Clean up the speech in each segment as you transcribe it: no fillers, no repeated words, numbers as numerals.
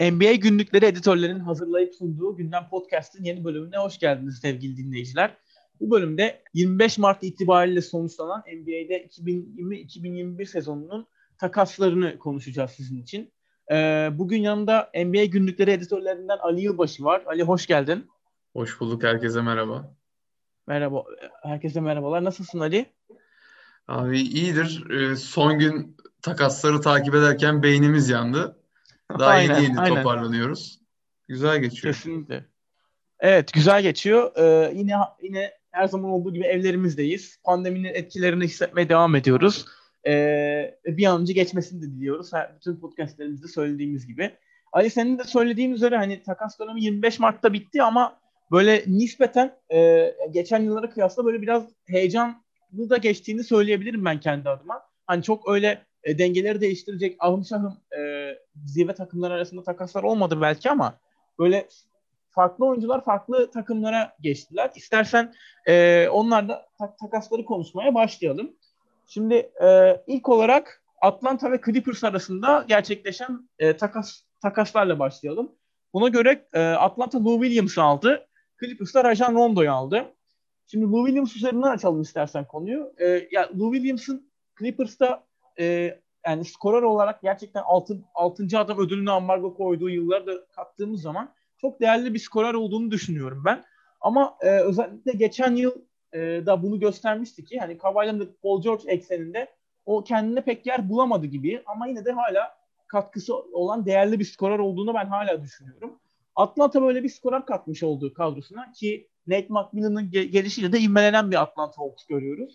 NBA günlükleri editörlerin hazırlayıp sunduğu Gündem Podcast'ın yeni bölümüne hoş geldiniz sevgili dinleyiciler. Bu bölümde 25 Mart itibariyle sonuçlanan NBA'de 2020-2021 sezonunun takaslarını konuşacağız sizin için. Bugün yanında NBA günlükleri editörlerinden Ali Yılbaşı var. Ali hoş geldin. Hoş bulduk. Herkese merhaba. Merhaba, herkese merhabalar. Nasılsın Ali? Abi iyidir. Son gün takasları takip ederken beynimiz yandı. Daha yeni Aynen, yeni aynen. toparlanıyoruz. Güzel geçiyor. Kesinlikle. Evet, güzel geçiyor. Yine her zaman olduğu gibi evlerimizdeyiz. Pandeminin etkilerini hissetmeye devam ediyoruz. Bir an önce geçmesini de diliyoruz. Bütün podcastlerimizde söylediğimiz gibi. Ali senin de söylediğin üzere hani takas dönemi 25 Mart'ta bitti ama böyle nispeten geçen yıllara kıyasla böyle biraz heyecanlı da geçtiğini söyleyebilirim ben kendi adıma. Hani çok öyle dengeleri değiştirecek ahım şahım zirve takımlar arasında takaslar olmadı belki ama böyle farklı oyuncular farklı takımlara geçtiler. İstersen onlarla takasları konuşmaya başlayalım. Şimdi ilk olarak Atlanta ve Clippers arasında gerçekleşen takaslarla başlayalım. Buna göre Atlanta Lou Williams'ı aldı. Clippers da Rajon Rondo'yu aldı. Şimdi Lou Williams üzerinden açalım istersen konuyu. Ya Lou Williams'ın Clippers'ta yani skorer olarak gerçekten 6. adam ödülünü ambargo koyduğu yılları da kattığımız zaman çok değerli bir skorer olduğunu düşünüyorum ben. Ama özellikle geçen yıl da bunu göstermişti ki hani Kawhi Leonard, Paul George ekseninde o kendine pek yer bulamadı gibi ama yine de hala katkısı olan değerli bir skorer olduğunu ben hala düşünüyorum. Atlanta böyle bir skorer katmış olduğu kadrosuna ki Nate McMillan'ın gelişiyle de ivmelenen bir Atlanta Hawks görüyoruz.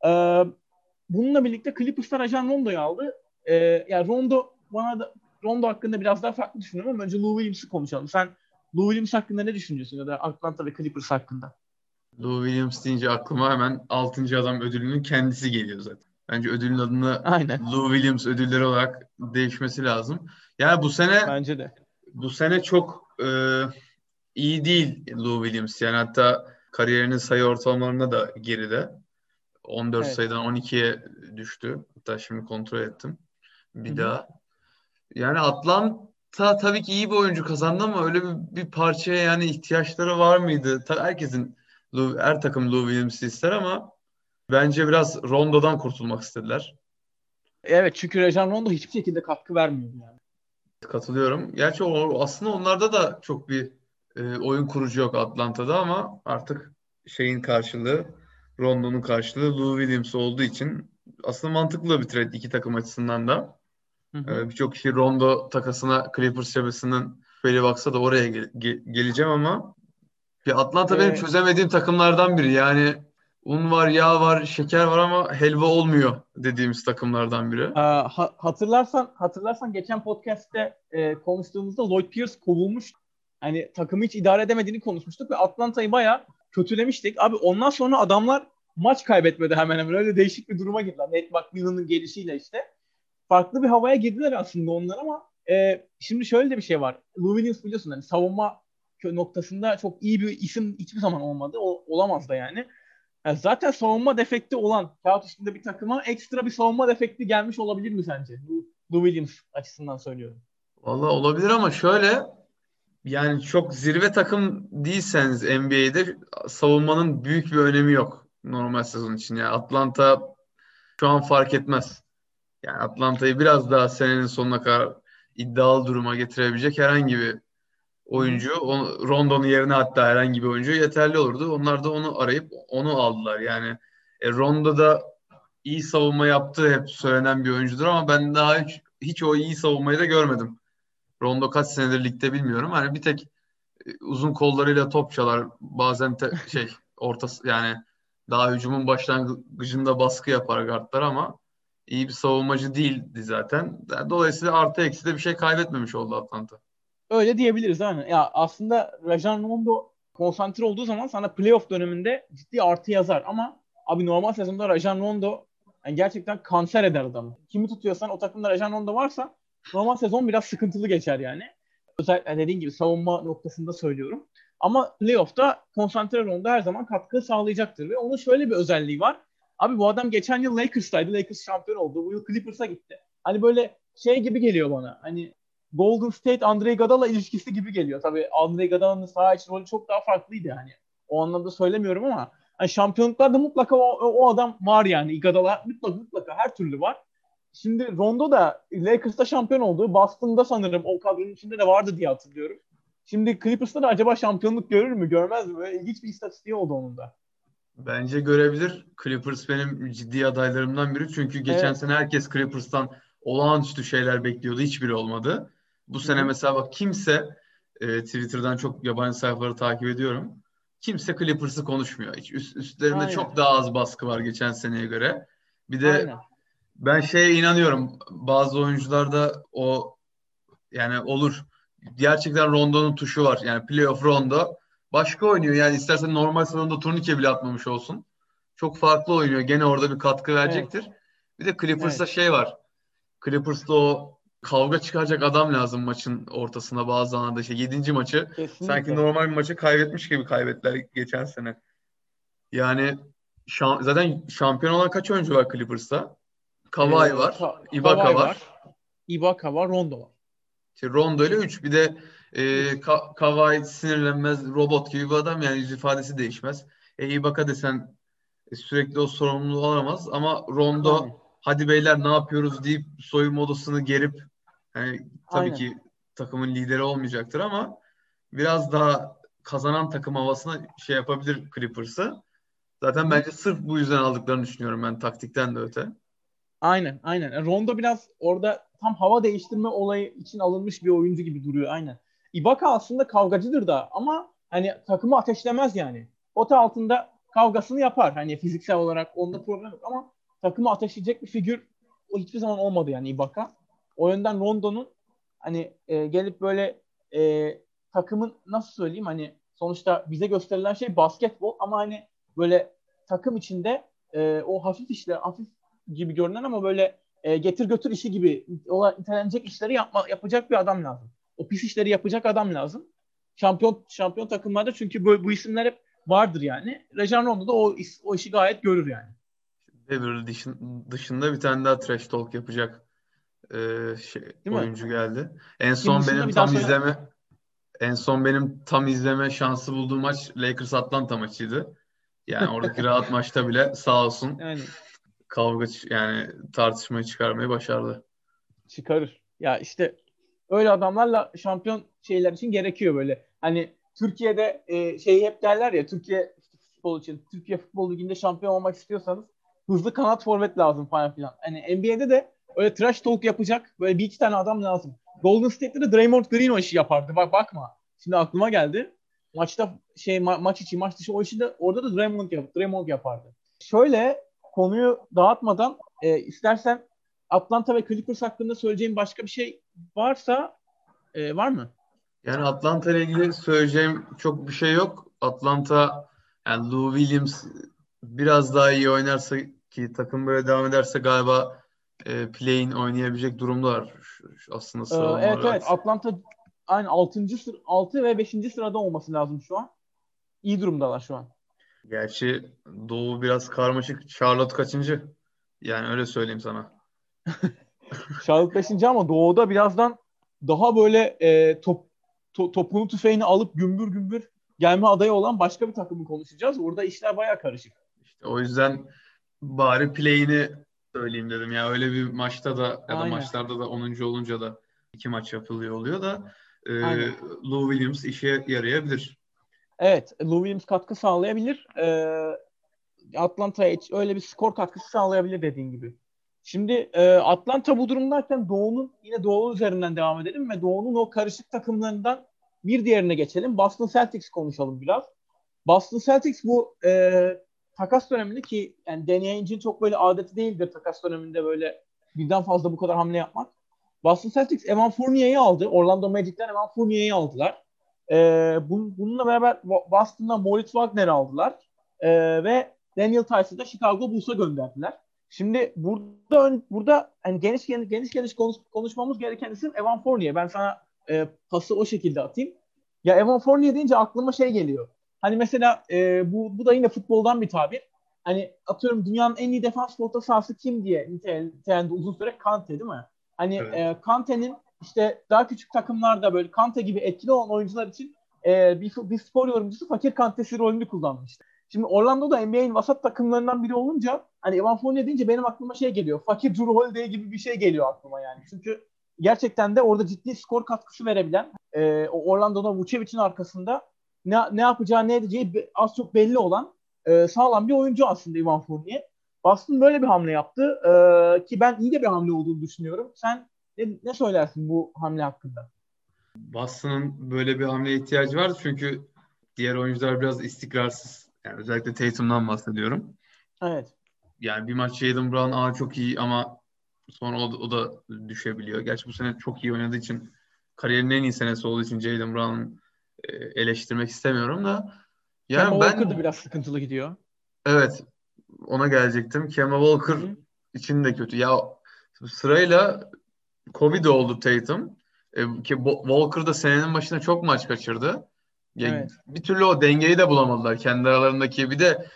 Bununla birlikte Clippers'tan Rajon Rondo'yu aldı. Yani Rondo hakkında biraz daha farklı düşünüyorum ama önce Lou Williams'ı konuşalım. Sen Lou Williams hakkında ne düşünüyorsun ya da Atlanta ve Clippers hakkında? Lou Williams deyince aklıma hemen 6. adam ödülünün kendisi geliyor zaten. Bence ödülün adını Aynen. Lou Williams ödülleri olarak değişmesi lazım. Yani Bence de. bu sene çok iyi değil Lou Williams. Yani hatta kariyerinin sayı ortalamalarında da geride. 14 Evet. sayıdan 12'ye düştü. Hatta şimdi kontrol ettim Hı bir hı. daha. Yani Atlanta tabii ki iyi bir oyuncu kazandı ama öyle bir parçaya yani ihtiyaçları var mıydı? Tabii her takım Lou Williams'ı ister ama bence biraz Rondo'dan kurtulmak istediler. Evet çünkü Rajon Rondo hiçbir şekilde katkı vermiyor yani. Katılıyorum. Gerçi aslında onlarda da çok bir oyun kurucu yok Atlanta'da ama artık şeyin karşılığı Rondo'nun karşılığı Lou Williams olduğu için aslında mantıklı bir trade iki takım açısından da. Hı hı. Birçok kişi Rondo takasına Clippers cephesinden şüpheli baksa da oraya geleceğim ama Atlanta benim Ee, çözemediğim takımlardan biri. Yani un var, yağ var, şeker var ama helva olmuyor dediğimiz takımlardan biri. hatırlarsan geçen podcast'te konuştuğumuzda Lloyd Pierce kovulmuş. Hani takımı hiç idare edemediğini konuşmuştuk ve Atlanta'yı bayağı kötülemiştik. Abi ondan sonra adamlar maç kaybetmedi hemen hemen. Öyle değişik bir duruma girdiler. Nate McMillan'ın gelişiyle işte. Farklı bir havaya girdiler aslında onlar ama şimdi şöyle de bir şey var. Lou Williams biliyorsun hani savunma noktasında çok iyi bir isim hiçbir zaman olmadı. Olamaz da yani. Yani zaten savunma defekti olan kağıt üstünde bir takıma ekstra bir savunma defekti gelmiş olabilir mi sence? Lou Williams açısından söylüyorum. Vallahi olabilir ama şöyle yani çok zirve takım değilseniz NBA'de savunmanın büyük bir önemi yok normal sezon için. Yani Atlanta şu an fark etmez. Yani Atlanta'yı biraz daha senenin sonuna kadar iddialı duruma getirebilecek herhangi bir Hı hı. oyuncu, Rondo'nun yerine hatta herhangi bir oyuncu yeterli olurdu. Onlar da onu arayıp onu aldılar. Yani Rondo da iyi savunma yaptığı hep söylenen bir oyuncudur ama ben daha hiç o iyi savunmayı da görmedim. Rondo kaç senedir ligde bilmiyorum. Hani bir tek uzun kollarıyla top çalar. Bazen ortası yani daha hücumun başlangıcında baskı yapar guardlar ama iyi bir savunmacı değildi zaten. Dolayısıyla artı eksi de bir şey kaybetmemiş oldu Atlanta. Öyle diyebiliriz aynen. Ya aslında Rajon Rondo konsantre olduğu zaman sana playoff döneminde ciddi artı yazar ama abi normal sezonda Rajon Rondo yani gerçekten kanser eder adamı. Kimi tutuyorsan o takımda Rajon Rondo varsa normal sezon biraz sıkıntılı geçer yani. Özellikle dediğin gibi savunma noktasında söylüyorum. Ama playoff'ta konsantre Rondo her zaman katkı sağlayacaktır ve onun şöyle bir özelliği var. Abi bu adam geçen yıl Lakers'taydı. Lakers şampiyon oldu. Bu yıl Clippers'a gitti. Hani böyle şey gibi geliyor bana. Hani Golden State Andre Iguodala ilişkisi gibi geliyor. Tabii Andre Iguodala'nın saha içi rolü çok daha farklıydı yani. O anlamda söylemiyorum ama hani şampiyonluklarda mutlaka o adam var yani. Iguodala mutlaka her türlü var. Şimdi Rondo da Lakers'ta şampiyon oldu. Boston'da sanırım o kadronun içinde de vardı diye hatırlıyorum. Şimdi Clippers'ta da acaba şampiyonluk görür mü, görmez mi? Böyle ilginç bir istatistiği oldu onun da. Bence görebilir. Clippers benim ciddi adaylarımdan biri. Çünkü geçen Evet. sene herkes Clippers'tan olağanüstü şeyler bekliyordu. Hiçbiri olmadı. Bu Hı sene hı. mesela bak kimse Twitter'dan çok yabancı sayfaları takip ediyorum. Kimse Clippers'ı konuşmuyor. Hiç üstlerinde Aynen. çok daha az baskı var geçen seneye göre. Bir de Aynen. ben şeye inanıyorum. Bazı oyuncularda o yani olur. Gerçekten Rondo'nun tuşu var. Yani playoff Rondo başka oynuyor. Yani istersen normal sezonda turnike bile atmamış olsun. Çok farklı oynuyor. Gene orada bir katkı Evet. verecektir. Bir de Clippers'ta Evet. şey var. Clippers'ta o kavga çıkaracak adam lazım maçın ortasına bazı anlarda. İşte 7. maçı sanki Kesinlikle. normal bir maçı kaybetmiş gibi kaybettiler geçen sene. Yani zaten şampiyon olan kaç oyuncu var Clippers'ta? Kawhi var. Ibaka Kawhi var. var. Ibaka var. Rondo var. İşte Rondo ile 3. Bir de 3. Kawhi sinirlenmez robot gibi bir adam yani yüz ifadesi değişmez. Ibaka desen sürekli o sorumluluğu alamaz ama Rondo Yani. hadi beyler ne yapıyoruz deyip soyunma odasını gerip yani tabii Aynen. ki takımın lideri olmayacaktır ama biraz daha kazanan takım havasına şey yapabilir Clippers'ı. Hı Zaten hı. bence sırf bu yüzden aldıklarını düşünüyorum ben taktikten de öte. Aynen. Aynen. Rondo biraz orada tam hava değiştirme olayı için alınmış bir oyuncu gibi duruyor. Aynen. Ibaka aslında kavgacıdır da ama hani takımı ateşlemez yani. Pota altında kavgasını yapar. Hani fiziksel olarak onda problem yok ama takımı ateşleyecek bir figür o hiçbir zaman olmadı yani Ibaka. O yönden Rondo'nun hani gelip böyle takımın nasıl söyleyeyim hani sonuçta bize gösterilen şey basketbol ama hani böyle takım içinde o hafif işler, hafif gibi görünen ama böyle getir götür işi gibi nitelenecek işleri yapacak bir adam lazım. O pis işleri yapacak adam lazım. Şampiyon takımlarda çünkü bu isimler hep vardır yani. Rajon Rondo da o işi gayet görür yani. Beverly dışında bir tane daha trash talk yapacak Değil mi? oyuncu geldi. En Kim son dışında benim bir daha tam söyle. izleme En son benim tam izleme şansı bulduğum maç Lakers Atlanta maçıydı. Yani oradaki rahat maçta bile sağ olsun Yani yani tartışmayı çıkarmayı başardı. çıkarır. Ya işte öyle adamlarla şampiyon şeyler için gerekiyor böyle. Hani Türkiye'de şey hep derler ya Türkiye işte futbol için Türkiye Futbol Ligi'nde şampiyon olmak istiyorsanız hızlı kanat forvet lazım falan filan. Hani NBA'de de öyle trash talk yapacak böyle bir iki tane adam lazım. Golden State'te de Draymond Green o işi yapardı. Bak bakma. Şimdi aklıma geldi. Maçta maç içi maç dışı o işi de orada da Draymond yapardı. Şöyle konuyu dağıtmadan istersen Atlanta ve Clippers hakkında söyleyeceğim başka bir şey varsa var mı? Yani Atlanta ile ilgili söyleyeceğim çok bir şey yok. Atlanta yani Lou Williams biraz daha iyi oynarsa ki takım böyle devam ederse galiba play-in oynayabilecek durumdalar. Aslında sıralamaları Evet Atlanta aynı 6 ve beşinci sırada olması lazım şu an. İyi durumdalar şu an. Gerçi Doğu biraz karmaşık. Charlotte kaçıncı? Yani öyle söyleyeyim sana. Charlotte 5. ama Doğu'da birazdan daha böyle topunu tüfeğini alıp gümbür gümbür gelme adayı olan başka bir takımı konuşacağız. Orada işler baya karışık. İşte o yüzden bari play'ini söyleyeyim dedim. Ya öyle bir maçta da ya da Aynen. maçlarda da 10. olunca da 2 maç yapılıyor oluyor da Aynen. Lou Williams işe yarayabilir. Evet, Lou Williams katkı sağlayabilir. Atlanta'ya öyle bir skor katkısı sağlayabilir dediğin gibi. Şimdi Atlanta bu durumdayken yine Doğu üzerinden devam edelim ve Doğu'nun o karışık takımlarından bir diğerine geçelim. Boston Celtics konuşalım biraz. Boston Celtics bu takas döneminde ki yani Danny Ainge'in çok böyle adeti değildir takas döneminde böyle birden fazla bu kadar hamle yapmak. Boston Celtics Evan Fournier'i aldı. Orlando Magic'ten Evan Fournier'i aldılar. Bununla beraber Boston'dan Moritz Wagner'i aldılar. Ve Daniel Tice'ı da Chicago Bulls'a gönderdiler. Şimdi burada hani geniş konuşmamız gereken isim Evan Fournier. Ben sana pası o şekilde atayım. Ya Evan Fournier deyince aklıma şey geliyor. Hani mesela bu da yine futboldan bir tabir. Hani atıyorum dünyanın en iyi defans orta sahası kim diye nitelende uzun süre Kante değil mi? Hani Evet. Kante'nin işte daha küçük takımlarda böyle Kante gibi etkili olan oyuncular için bir spor yorumcusu fakir Kante'si rolünü kullanmıştı. Şimdi Orlando'da NBA'in vasat takımlarından biri olunca hani Evan Fournier deyince benim aklıma şey geliyor. Fakir Drew Holiday gibi bir şey geliyor aklıma yani. Çünkü gerçekten de orada ciddi skor katkısı verebilen o Orlando'da Vucevic'in arkasında ne yapacağı ne edeceği az çok belli olan sağlam bir oyuncu aslında Evan Fournier. Boston böyle bir hamle yaptı ki ben iyi de bir hamle olduğunu düşünüyorum. Sen ne söylersin bu hamle hakkında? Boston'ın böyle bir hamleye ihtiyacı vardı çünkü diğer oyuncular biraz istikrarsız. Yani özellikle Tatum'dan bahsediyorum. Evet. Yani bir maç Jaylen Brown çok iyi ama sonra o da düşebiliyor. Gerçi bu sene çok iyi oynadığı için kariyerinin en iyi senesi olduğu için Jaylen Brown'u eleştirmek istemiyorum da. Kemba Yani Walker da ben biraz sıkıntılı gidiyor. evet ona gelecektim. Kemba Walker Hı-hı. için de kötü. Ya sırayla Covid oldu Tatum. Walker da senenin başında çok maç kaçırdı. Ya, Evet. bir türlü o dengeyi de bulamadılar kendi aralarındaki. Bir de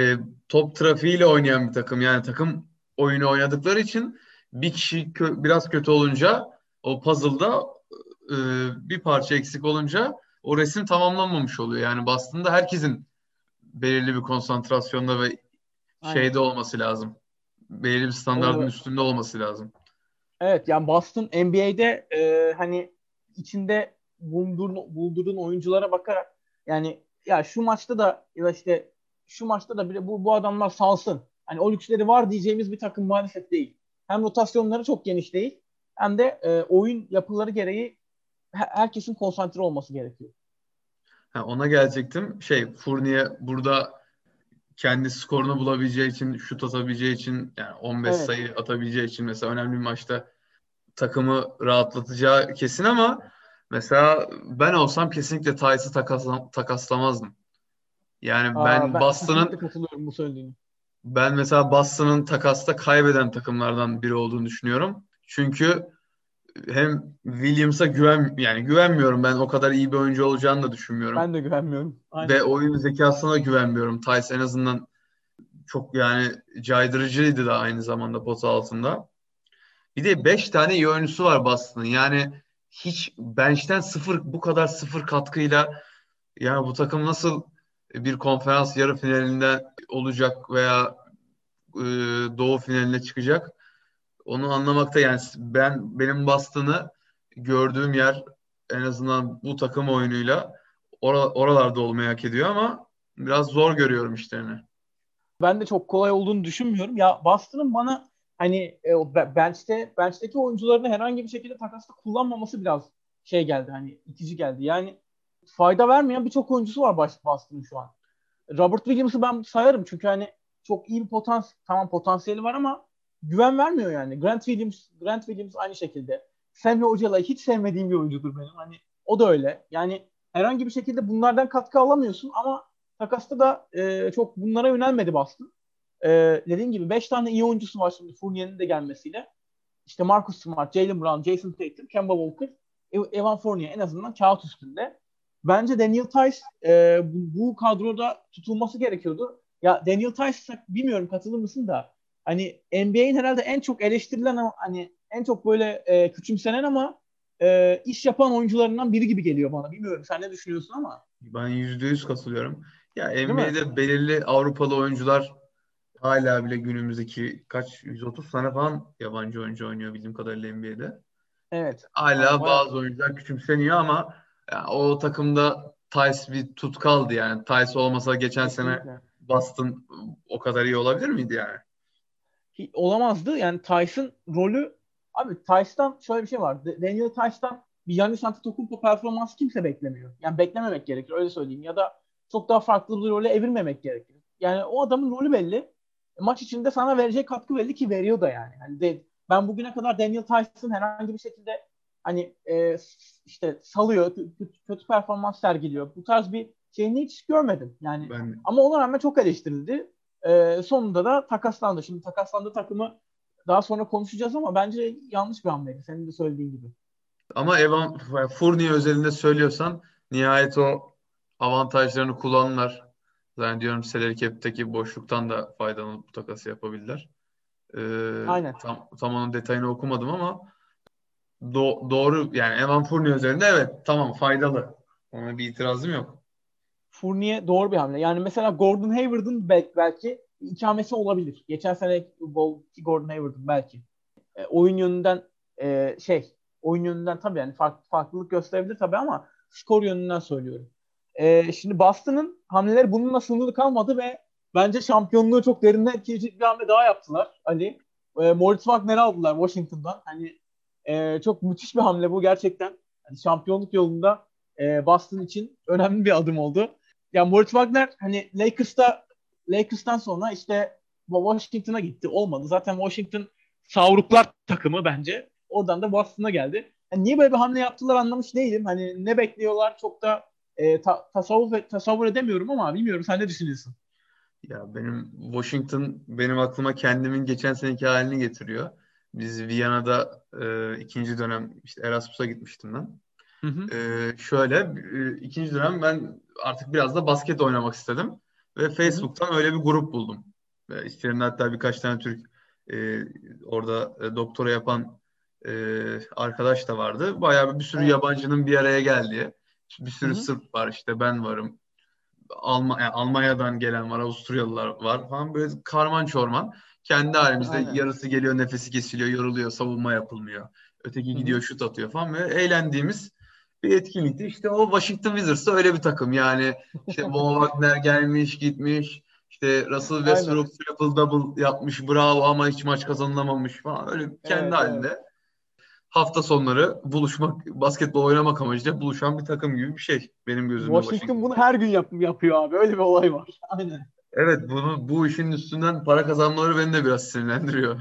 top trafiğiyle oynayan bir takım. Yani takım oyunu oynadıkları için bir kişi biraz kötü olunca o puzzle'da e, bir parça eksik olunca o resim tamamlanmamış oluyor. Yani Boston'da herkesin belirli bir konsantrasyonda ve Aynen. şeyde olması lazım. Belirli bir standardın Ee, üstünde olması lazım. evet yani Boston NBA'de hani içinde bulduğun oyunculara bakarak yani ya şu maçta da ya da işte şu maçta da bile bu adamlar salsın. Hani o lüksleri var diyeceğimiz bir takım maalesef değil. Hem rotasyonları çok geniş değil hem de oyun yapıları gereği herkesin konsantre olması gerekiyor. Ha, ona gelecektim. Fournier burada kendi skorunu bulabileceği için, şut atabileceği için yani 15 Evet. sayı atabileceği için mesela önemli bir maçta takımı rahatlatacağı kesin ama mesela ben olsam kesinlikle Theis'i takaslamazdım. Yani Ben kesinlikle katılıyorum bu söylediğine. Ben mesela Boston'ın takasta kaybeden takımlardan biri olduğunu düşünüyorum. Çünkü hem Williams'a güvenmiyorum, ben o kadar iyi bir oyuncu olacağını da düşünmüyorum. Ben de güvenmiyorum. Aynen. Ve oyun zekasına güvenmiyorum. Theis en azından çok yani caydırıcıydı da aynı zamanda pota altında. Bir de 5 tane iyi oyuncusu var Boston'ın. Yani hiç bench'ten bu kadar sıfır katkıyla yani bu takım nasıl bir konferans yarı finalinde olacak veya e, doğu finaline çıkacak? Onu anlamakta yani benim Boston'ı gördüğüm yer en azından bu takım oyunuyla oralarda olmayı hak ediyor ama biraz zor görüyorum işlerini. Ben de çok kolay olduğunu düşünmüyorum. Ya Boston'ın bana hani o bench'teki oyuncularını herhangi bir şekilde takasta kullanmaması biraz şey geldi hani itici geldi. Yani fayda vermeyen birçok oyuncusu var Boston'ın şu an. Robert Williams'ı ben sayarım çünkü hani çok iyi bir potansiyeli var ama güven vermiyor yani. Grant Williams aynı şekilde. Semi Ojeleye hiç sevmediğim bir oyuncudur benim. Hani o da öyle. Yani herhangi bir şekilde bunlardan katkı alamıyorsun ama takasta da çok bunlara yönelmedi Boston. Dediğim gibi 5 tane iyi oyuncusu var şimdi Fournier'in de gelmesiyle. İşte Marcus Smart, Jaylen Brown, Jason Tatum, Kemba Walker, Evan Fournier en azından kağıt üstünde. Bence Daniel Tice bu kadroda tutulması gerekiyordu. Ya Daniel Tice bilmiyorum katılır mısın da hani NBA'in herhalde en çok eleştirilen ama hani en çok böyle küçümsenen ama iş yapan oyuncularından biri gibi geliyor bana. Bilmiyorum sen ne düşünüyorsun ama. Ben %100 katılıyorum. Ya Değil mi? NBA'de belirli Avrupalı oyuncular hala bile günümüzdeki 130 tane falan yabancı oyuncu oynuyor bildiğim kadarıyla NBA'de. Evet. Aynen Hala bayağı bazı oyuncular küçümseniyor ama ya, o takımda Tice bir tutkaldı yani. Tice olmasa geçen sene kesinlikle. Boston o kadar iyi olabilir miydi yani? Olamazdı. Yani Tyson rolü abi Tyson şöyle bir şey var. Daniel Tyson bir Giannis Antetokounmpo performansı kimse beklemiyor. Yani beklememek gerekir öyle söyleyeyim. Ya da çok daha farklı bir role evirmemek gerekir. Yani o adamın rolü belli. Maç içinde sana verecek katkı belli ki veriyor da yani. Ben bugüne kadar Daniel Tyson herhangi bir şekilde hani işte salıyor, kötü performans sergiliyor. Bu tarz bir şeyini hiç görmedim. Yani Ben ama ona rağmen çok eleştirildi. Sonunda da takaslandı. Şimdi takaslandığı takımı daha sonra konuşacağız ama bence yanlış bir hamleydi. Senin de söylediğin gibi. ama Fournier özelinde söylüyorsan nihayet o avantajlarını kullanırlar. Zannediyorum salary cap'teki boşluktan da faydalanıp bu takası yapabilirler. Aynen. Tam onun detayını okumadım ama Doğru yani Evan Fournier üzerinde evet tamam faydalı. Ona bir itirazım yok. Fournier doğru bir hamle. Yani mesela Gordon Hayward'ın belki ikamesi olabilir. Geçen sene Gordon Hayward'ın belki. Oyun yönünden e, şey oyun yönünden tabii yani farklılık gösterebilir tabii ama skor yönünden söylüyorum. Şimdi Boston'ın hamleleri bununla sınırlı kalmadı ve bence şampiyonluğu çok derinden etkileyecek bir hamle daha yaptılar. Ali. Moritz Wagner'i aldılar Washington'dan. Hani çok müthiş bir hamle bu gerçekten. Yani şampiyonluk yolunda Boston için önemli bir adım oldu. Ya Moritz Wagner hani Lakers'tan sonra işte Washington'a gitti. Olmadı. Zaten Washington savruklar takımı bence. Oradan da Boston'a geldi. Yani niye böyle bir hamle yaptılar anlamış değilim. Hani ne bekliyorlar çok da tasavvur edemiyorum ama bilmiyorum sen ne düşünüyorsun? Ya Washington benim aklıma kendimin geçen seneki halini getiriyor. Biz Viyana'da ikinci dönem işte Erasmus'a gitmiştim ben. Hı hı. Şöyle ikinci dönem ben artık biraz da basket oynamak istedim. Ve Hı hı. Facebook'tan öyle bir grup buldum. İçlerinde hatta birkaç tane Türk orada doktora yapan arkadaş da vardı. Bayağı bir sürü Evet. yabancının bir araya geldiği. Bir Hı sürü hı. Sırp var işte ben varım. Yani Almanya'dan gelen var, Avusturyalılar var falan böyle karman çorman. Kendi halimizde Aynen. yarısı geliyor nefesi kesiliyor, yoruluyor, savunma yapılmıyor. Öteki Hı hı. gidiyor şut atıyor falan ve eğlendiğimiz bir etkinlikti. İşte o Washington Wizards da öyle bir takım. Yani işte Mo Wagner gelmiş, gitmiş. İşte Russell Aynen. Westbrook triple double yapmış, bravo ama hiç maç kazanılamamış falan. Öyle kendi Evet, evet. halinde hafta sonları buluşmak, basketbol oynamak amacıyla buluşan bir takım gibi bir şey benim gözümde Washington Washington. bunu her gün yapıyor abi. Öyle bir olay var. Aynen. Evet bu işin üstünden para kazanmaları beni de biraz sinirlendiriyor.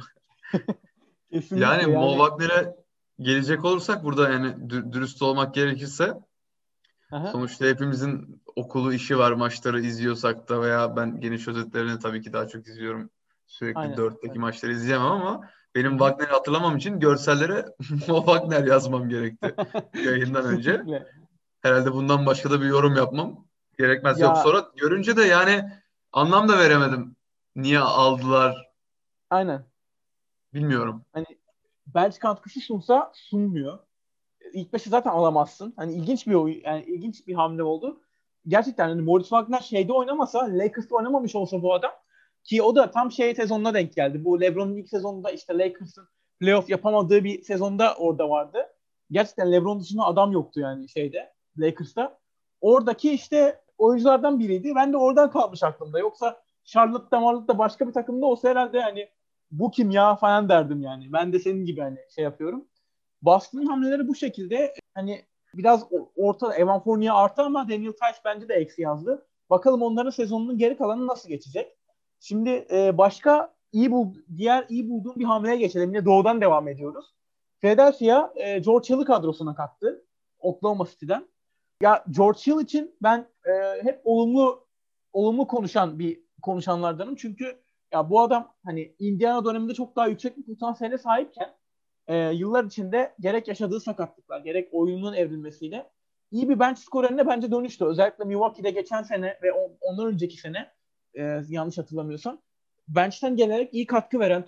Yani Kesinlikle Mo yani. Wagner'e gelecek olursak burada yani dürüst olmak gerekirse Aha. sonuçta hepimizin okulu işi var maçları izliyorsak da veya ben geniş özetlerini tabii ki daha çok izliyorum. Sürekli Aynen. dörtteki Aynen. maçları izleyemem ama benim Hı hı. Wagner'i hatırlamam için görsellere Mo Wagner yazmam gerekti yayından önce. Kesinlikle. Herhalde bundan başka da bir yorum yapmam gerekmez. Yok Ya sonra görünce de yani anlam da veremedim. Niye aldılar aynen. bilmiyorum. Hani bench katkısı sunsa sunmuyor. İlk beşi zaten alamazsın. Hani ilginç bir oyun, yani ilginç bir hamle oldu. Gerçekten hani Moritz Wagner şeyde oynamasa, Lakers'ta oynamamış olsa bu adam ki o da tam sezonuna denk geldi. Bu LeBron'un ilk sezonunda işte Lakers'ın playoff yapamadığı bir sezonda orada vardı. Gerçekten LeBron dışında adam yoktu yani Lakers'ta. Oradaki işte oyunculardan biriydi. Ben de oradan kalmış aklımda. Yoksa Charlotte'da başka bir takımda olsa herhalde hani bu kim ya falan derdim yani. Ben de senin gibi hani yapıyorum. Boston'ın hamleleri bu şekilde. Hani biraz orta Evan Fournier artı ama Daniel Tice bence de eksi yazdı. Bakalım onların sezonunun geri kalanı nasıl geçecek. Şimdi başka diğer iyi bulduğum bir hamleye geçelim. Yine doğudan devam ediyoruz. Philadelphia George Hill'i kadrosuna kattı. Oklahoma City'den. Ya George Hill için ben hep olumlu konuşanlardanım. Çünkü ya bu adam hani Indiana döneminde çok daha yüksek bir potansiyele sahipken yıllar içinde gerek yaşadığı sakatlıklar, gerek oyunun evrilmesiyle iyi bir bench skorerine bence dönüştü. Özellikle Milwaukee'de geçen sene ve ondan önceki sene yanlış hatırlamıyorsam bench'ten gelerek iyi katkı veren,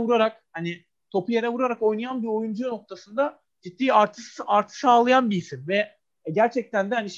topu yere vurarak oynayan bir oyuncu noktasında ciddi artı sağlayan bir isim ve gerçekten de hani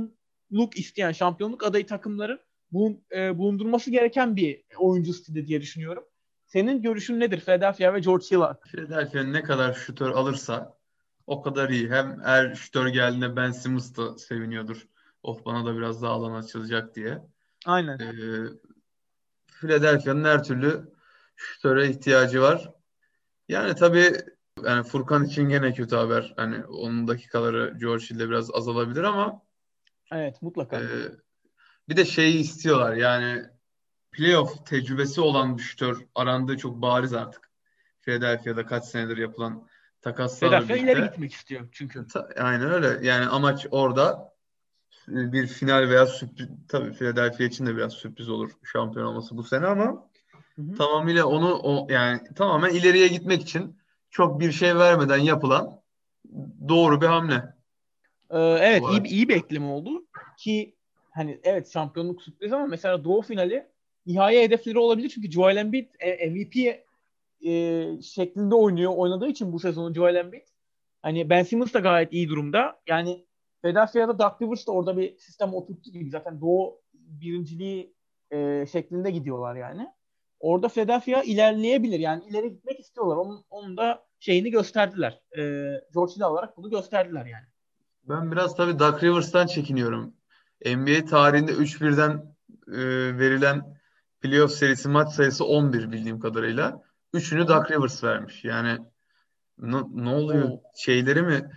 şampiyonluk adayı takımların bulundurması gereken bir oyuncu stili diye düşünüyorum. Senin görüşün nedir Philadelphia ve George Hill hakkında? Philadelphia ne kadar şutör alırsa o kadar iyi. Hem her şutör geldiğinde Ben Simmons da seviniyordur. Oh bana da biraz daha alan açılacak diye. Aynen. Ee, Philadelphia'nın her türlü şutöre ihtiyacı var. Yani tabii yani Furkan için gene kötü haber. Hani onun dakikaları George Hill'de biraz azalabilir ama Evet, e, mutlaka. bir de şeyi istiyorlar. Yani playoff tecrübesi olan bir şutör arandığı çok bariz artık. Philadelphia'da kaç senedir yapılan takaslarla Philadelphia ileri birlikte. gitmek istiyor çünkü. Aynen öyle. Yani amaç orada bir final veya sürpriz. Tabii Philadelphia için de biraz sürpriz olur şampiyon olması bu sene ama Hı hı. tamamıyla yani tamamen ileriye gitmek için çok bir şey vermeden yapılan doğru bir hamle. Evet, Bu aç. iyi bir ekleme oldu ki hani evet şampiyonluk sürpriz ama mesela Doğu finali nihai hedefleri olabilir çünkü Joel Embiid MVP şeklinde oynadığı için bu sezonu Joel Embiid Hani Ben Simmons da gayet iyi durumda. Yani Philadelphia'da Doc Rivers da orada bir sistem oturttu gibi. Zaten Doğu birinciliği şeklinde gidiyorlar yani. Orada Philadelphia ilerleyebilir. Yani ileri gitmek istiyorlar. Onun da şeyini gösterdiler. George Hill olarak bunu gösterdiler yani. Ben biraz tabii Doc Rivers'tan çekiniyorum. NBA tarihinde 3-1'den verilen playoff serisi maç sayısı 11 bildiğim kadarıyla. Üçünü Hı-hı. Doc Rivers vermiş. Yani ne oluyor? O Şeyleri mi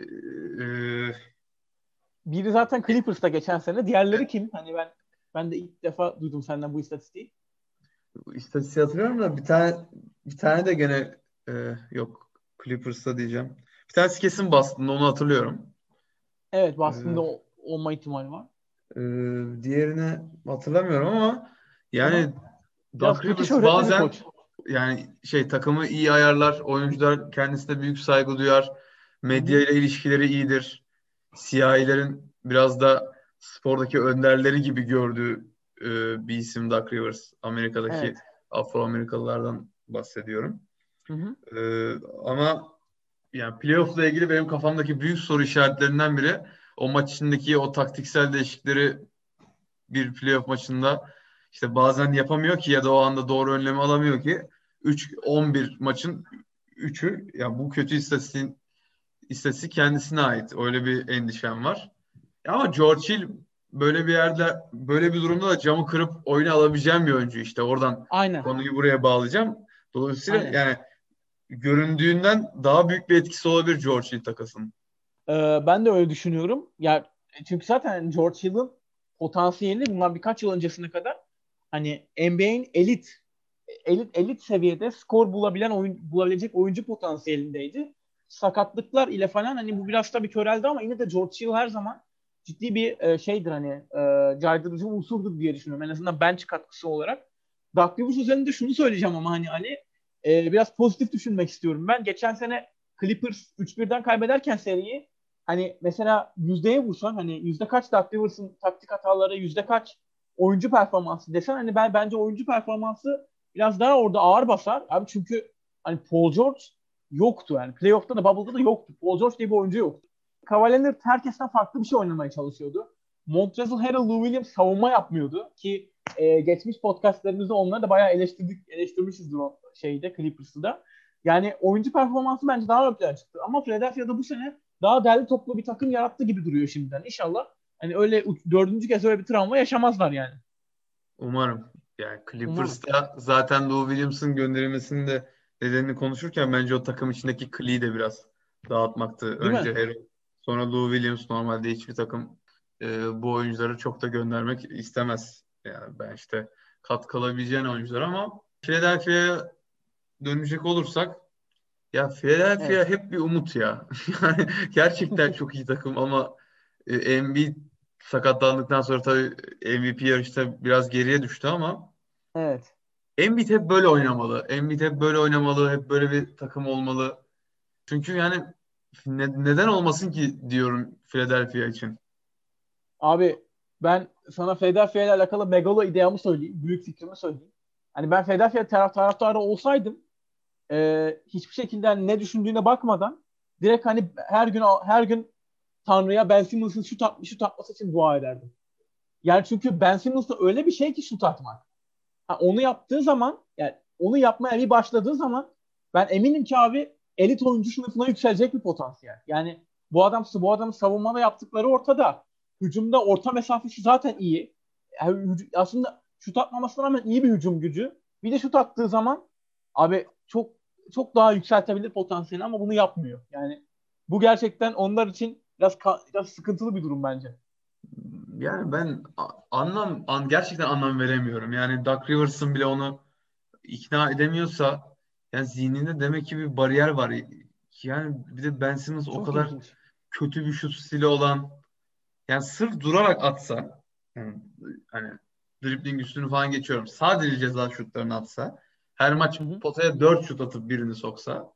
biri zaten Clippers'ta geçen sene. Diğerleri kim? Hani ben de ilk defa duydum senden bu istatistiği. istatistiği hatırlıyorum da bir tane de gene yok Clippers'ta diyeceğim. Bir tanesi kesin Boston'da onu hatırlıyorum. Evet, Boston'da E, olma ihtimali var. diğerini hatırlamıyorum ama Ama yani biraz Doc kötü Rivers şöhretli bir bazen koç. yani takımı iyi ayarlar, oyuncular kendisine büyük saygı duyar, Hı medya hı. ile ilişkileri iyidir. Siyahilerin biraz da spordaki önderleri gibi gördüğü bir isim Doc Rivers. Amerika'daki Evet. Afro-Amerikalılardan bahsediyorum. Hı hı. E, ama yani playoff'la ilgili benim kafamdaki büyük soru işaretlerinden biri o maç içindeki o taktiksel değişiklikleri bir playoff maçında işte bazen yapamıyor ki ya da o anda doğru önlemi alamıyor ki 3-11 maçın 3'ü ya bu kötü istatistik kendisine ait. Öyle bir endişem var. Ama George Hill böyle bir yerde böyle bir durumda da camı kırıp oyunu alabileceğim bir oyuncu işte. Oradan Aynen. konuyu buraya bağlayacağım. Dolayısıyla Aynen. yani göründüğünden daha büyük bir etkisi olabilir George Hill takasının. Ben de öyle düşünüyorum. Ya çünkü zaten George Hill'in potansiyelini bundan birkaç yıl öncesine kadar hani NBA'in elit seviyede skor bulabilecek oyuncu potansiyelindeydi. Sakatlıklar ile falan hani bu biraz tabii köreldi ama yine de George Hill her zaman ciddi bir şeydir hani caydırıcı unsurdur diye düşünüyorum. En azından bench katkısı olarak. Doug Rivers üzerinde şunu söyleyeceğim ama hani Ali biraz pozitif düşünmek istiyorum. Ben geçen sene Clippers 3-1'den kaybederken seriyi hani mesela yüzdeye vursan hani yüzde kaç Doug Rivers'ın taktik hataları, yüzde kaç oyuncu performansı desen hani bence oyuncu performansı biraz daha orada ağır basar. Abi çünkü hani Paul George yoktu yani. Playoff'ta da Bubble'da da yoktu. Paul George diye bir oyuncu yoktu. Kawhi Leonard herkesten farklı bir şey oynamaya çalışıyordu. Montrezl Harrell, Lou Williams savunma yapmıyordu ki geçmiş podcastlerimizde onları da bayağı eleştirmişizdir o şeyde Clippers'ı. Yani oyuncu performansı bence daha ön plana çıktı. Ama Philadelphia'da bu sene daha derli toplu bir takım yarattı gibi duruyor şimdiden. İnşallah hani öyle dördüncü kez öyle bir travma yaşamazlar yani. Umarım. Yani Umarım. Clippers'ta zaten Lou Williams'ın gönderilmesinin de nedenini konuşurken bence o takım içindeki kliği de biraz dağıtmaktı. Değil Önce mi? Harry, sonra Lou Williams. Normalde hiçbir takım bu oyuncuları çok da göndermek istemez. Yani ben işte katkı alabileceğin oyuncular ama Philadelphia'ya dönecek olursak ya Philadelphia Evet. hep bir umut ya. Yani gerçekten çok iyi takım ama Embiid sakatlandıktan sonra tabii MVP yarışta biraz geriye düştü ama Evet. Embiid hep böyle oynamalı. Embiid hep böyle oynamalı. Hep böyle bir takım olmalı. Çünkü yani neden olmasın ki diyorum Philadelphia için. Abi ben sana Philadelphia ile alakalı megalo ideamı söyleyeyim. Büyük fikrimi söyleyeyim. Hani ben Philadelphia taraftarı olsaydım hiçbir şekilde hani ne düşündüğüne bakmadan direkt hani her gün Tanrı'ya Ben Simmons'ın şut atması için dua ederdim. Yani çünkü Ben Simmons da öyle bir şey ki şut atmak. Ha, onu yaptığı zaman yani onu yapmaya bir başladığı zaman ben eminim ki abi elit oyuncu sınıfına yükselecek bir potansiyel. Yani bu adamın savunmada yaptıkları ortada. Hücumda orta mesafesi zaten iyi. Yani aslında şut atmamasına rağmen iyi bir hücum gücü. Bir de şut attığı zaman abi çok daha yükseltebilir potansiyeli ama bunu yapmıyor. Yani bu gerçekten onlar için biraz sıkıntılı bir durum bence. Yani ben gerçekten anlam veremiyorum. Yani Doc Rivers'ın bile onu ikna edemiyorsa yani zihninde demek ki bir bariyer var. Yani bir de Ben Simmons o Çok kadar ilginç. kötü bir şut stili olan yani sırf durarak atsa yani, hani dribling üstünü falan geçiyorum. Sadece ceza şutlarını atsa her maç Hı hı. potaya 4 şut atıp birini soksa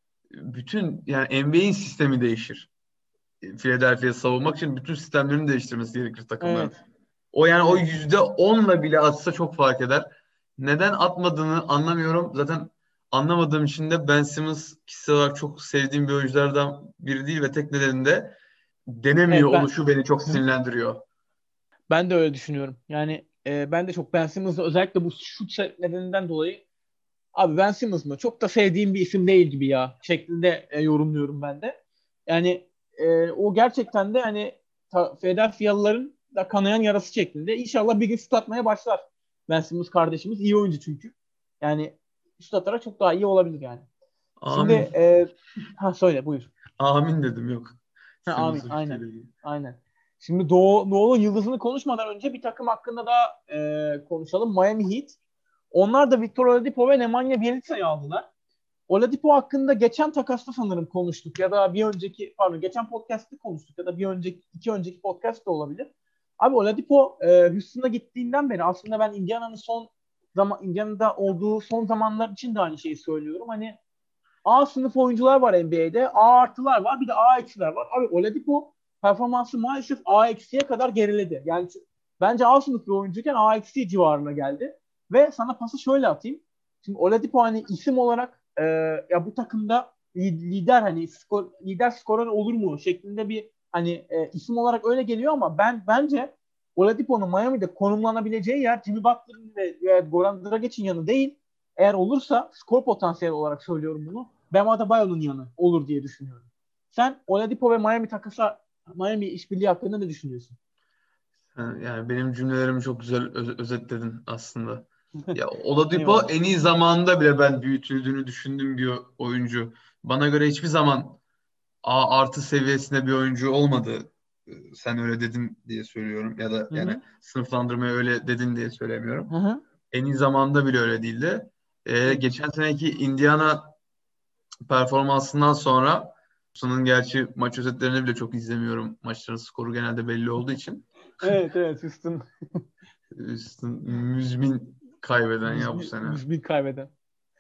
bütün yani NBA'in sistemi değişir. Philadelphia'yı savunmak için bütün sistemlerini değiştirmesi gerekir takımların. Evet. O yani o Evet. %10'la bile atsa çok fark eder. Neden atmadığını anlamıyorum. Zaten anlamadığım için de Ben Simmons kişisel olarak çok sevdiğim bir oyunculardan biri değil ve tek nedeni de denemiyor Evet ben oluşu beni çok Hı hı. sinirlendiriyor. Ben de öyle düşünüyorum. Yani ben de çok Ben Simmons'ı özellikle bu şut nedeninden dolayı abi Ben Simmons mı? Çok da sevdiğim bir isim değil gibi ya şeklinde yorumluyorum ben de. Yani o gerçekten de hani Philadelphia'lıların da kanayan yarası şeklinde. İnşallah bir gün şut atmaya başlar. Ben Simmons kardeşimiz iyi oyuncu çünkü. Yani şut atarak çok daha iyi olabilir yani. Şimdi Amin. söyle buyur. Amin dedim, yok. Ha, amin. Simmons'ın Aynen. şutuyla ilgili. Aynen. Şimdi Doğu'nun yıldızını konuşmadan önce bir takım hakkında da konuşalım. Miami Heat. Onlar da Victor Oladipo ve Nemanja Bjelican'ı aldılar. Oladipo hakkında geçen takasta sanırım konuştuk ya da bir önceki pardon geçen podcast'te konuştuk ya da bir önceki iki önceki podcast da olabilir. Abi Oladipo Houston'a gittiğinden beri aslında ben Indiana'da olduğu son zamanlar için de aynı şeyi söylüyorum. Hani A sınıf oyuncular var NBA'de. A artılar var. Bir de A eksiler var. Abi Oladipo performansı maalesef A eksiye kadar geriledi. Yani bence A sınıf bir oyuncuyken A eksi civarına geldi. Ve sana pası şöyle atayım. Şimdi Oladipo hani isim olarak ya bu takımda lider hani lider skorer olur mu şeklinde bir hani isim olarak öyle geliyor ama bence Oladipo'nun Miami'de konumlanabileceği yer Jimmy Butler'ın ve Goran Dragic'in yanı değil. Eğer olursa skor potansiyeli olarak söylüyorum bunu. Bam Adebayo'nun yanı olur diye düşünüyorum. Sen Oladipo ve Miami işbirliği hakkında ne düşünüyorsun? Yani benim cümlelerimi çok güzel özetledin aslında. Ya Oladipo Eyvallah. en iyi zamanında bile ben büyütüldüğünü düşündüğüm bir oyuncu. Bana göre hiçbir zaman A artı seviyesinde bir oyuncu olmadı. Sen öyle dedin diye söylüyorum. Ya da Hı yani hı. sınıflandırmaya öyle dedin diye söylemiyorum. Hı hı. En iyi zamanında bile öyle değildi. Evet. Geçen seneki Indiana performansından sonra Houston'ın gerçi maç özetlerini bile çok izlemiyorum. Maçların skoru genelde belli olduğu için. Evet evet Houston Houston müzmin kaybeden ya bu sene. müzmin kaybeden.